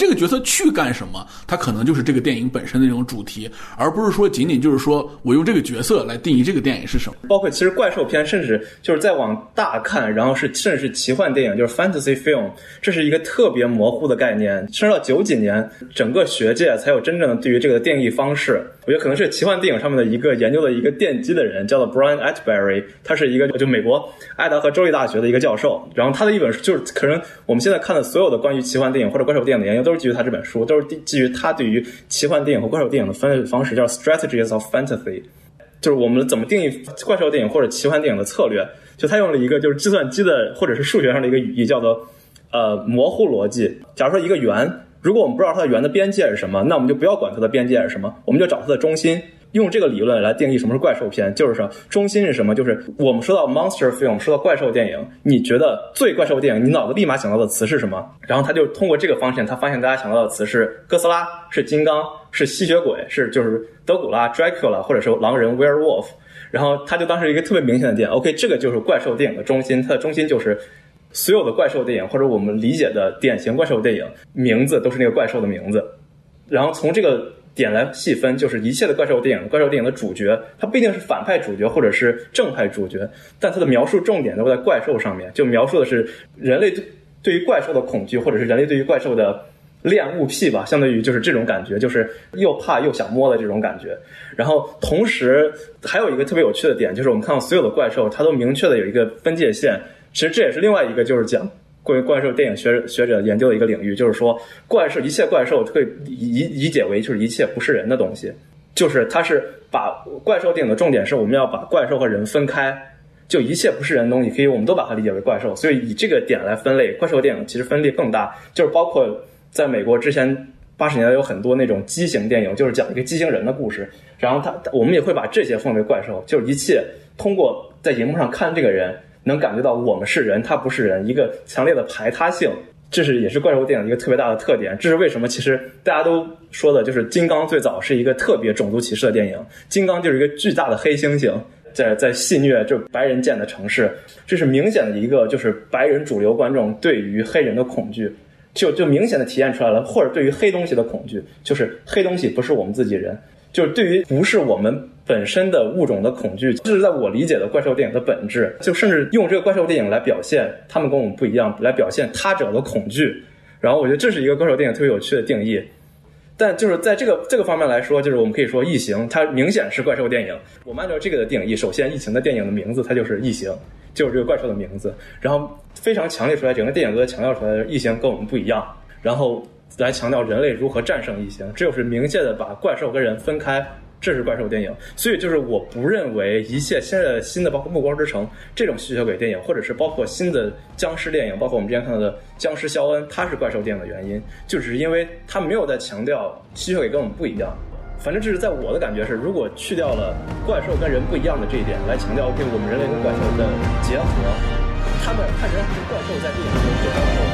S1: 去干什么，它可能就是这个电影本身的这种主题，而不是说仅仅就是说我用这个角色来定义这个电影是什么。
S3: 包括其实怪兽片，甚至就是再往大看，然后甚至是奇幻电影，就是 fantasy film， 这是一个特别模糊的概念。甚至到90几年，整个学界才有真正的对于这个定义方式。我觉得可能是奇幻电影上面的一个研究的一个奠基的人，叫做 Brian Atteberry， 他是一个就美国爱达荷州立大学的一个教授。然后他的一本书，就是可能我们现在看的所有的关于奇幻电影或者怪兽电影的研究，都是基于他这本书，都是基于他对于奇幻电影和怪兽电影的分类方式，叫 Strategies of Fantasy， 就是我们怎么定义怪兽电影或者奇幻电影的策略。就他用了一个就是计算机的或者是数学上的一个语义，叫做模糊逻辑。假如说一个圆，如果我们不知道它的圆的边界是什么，那我们就不要管它的边界是什么，我们就找它的中心。用这个理论来定义什么是怪兽片，就是说中心是什么，就是我们说到 monster film， 说到怪兽电影，你觉得最怪兽电影你脑子立马想到的词是什么？然后他就通过这个方向，他发现大家想到的词是哥斯拉，是金刚，是吸血鬼，是就是德古拉 Dracula， 或者是狼人 werewolf。然后他就当时一个特别明显的点 OK， 这个就是怪兽电影的中心，它的中心就是所有的怪兽电影或者我们理解的典型怪兽电影名字都是那个怪兽的名字。然后从这个点来细分，就是一切的怪兽电影的主角，它不一定是反派主角或者是正派主角，但它的描述重点都在怪兽上面，就描述的是人类对于怪兽的恐惧，或者是人类对于怪兽的恋物癖吧，相对于就是这种感觉，就是又怕又想摸的这种感觉。然后同时还有一个特别有趣的点，就是我们看到所有的怪兽它都明确的有一个分界线，其实这也是另外一个就是讲关于怪兽电影学者研究的一个领域，就是说一切怪兽可以理解为就是一切不是人的东西，就是它是把怪兽电影的重点是我们要把怪兽和人分开，就一切不是人的东西我们都把它理解为怪兽。所以以这个点来分类，怪兽电影其实分类更大，就是包括在美国之前80年代有很多那种畸形电影，就是讲一个畸形人的故事，然后我们也会把这些分为怪兽，就是一切通过在荧幕上看这个人能感觉到我们是人他不是人，一个强烈的排他性，这是也是怪兽电影一个特别大的特点。这是为什么其实大家都说的就是金刚最早是一个特别种族歧视的电影，金刚就是一个巨大的黑猩猩在戏谑就白人建的城市，这是明显的一个就是白人主流观众对于黑人的恐惧，就明显的体现出来了，或者对于黑东西的恐惧，就是黑东西不是我们自己人，就是对于不是我们本身的物种的恐惧，这是在我理解的怪兽电影的本质。就甚至用这个怪兽电影来表现他们跟我们不一样，来表现他者的恐惧。然后我觉得这是一个怪兽电影特别有趣的定义。但就是在这个方面来说，就是我们可以说异形它明显是怪兽电影。我们按照这个的定义，首先异形的电影的名字它就是异形，就是这个怪兽的名字，然后非常强烈出来，整个电影都在强调出来异形跟我们不一样，然后来强调人类如何战胜异形，这就是明确的把怪兽跟人分开，这是怪兽电影。所以就是我不认为一切现在的新的包括暮光之城这种吸血鬼电影，或者是包括新的僵尸电影，包括我们之前看到的僵尸肖恩，它是怪兽电影的原因，就只是因为它没有在强调吸血鬼跟我们不一样。反正这是在我的感觉是，如果去掉了怪兽跟人不一样的这一点，来强调 OK 我们人类跟怪兽的结合，他们看起来是怪兽在电影中就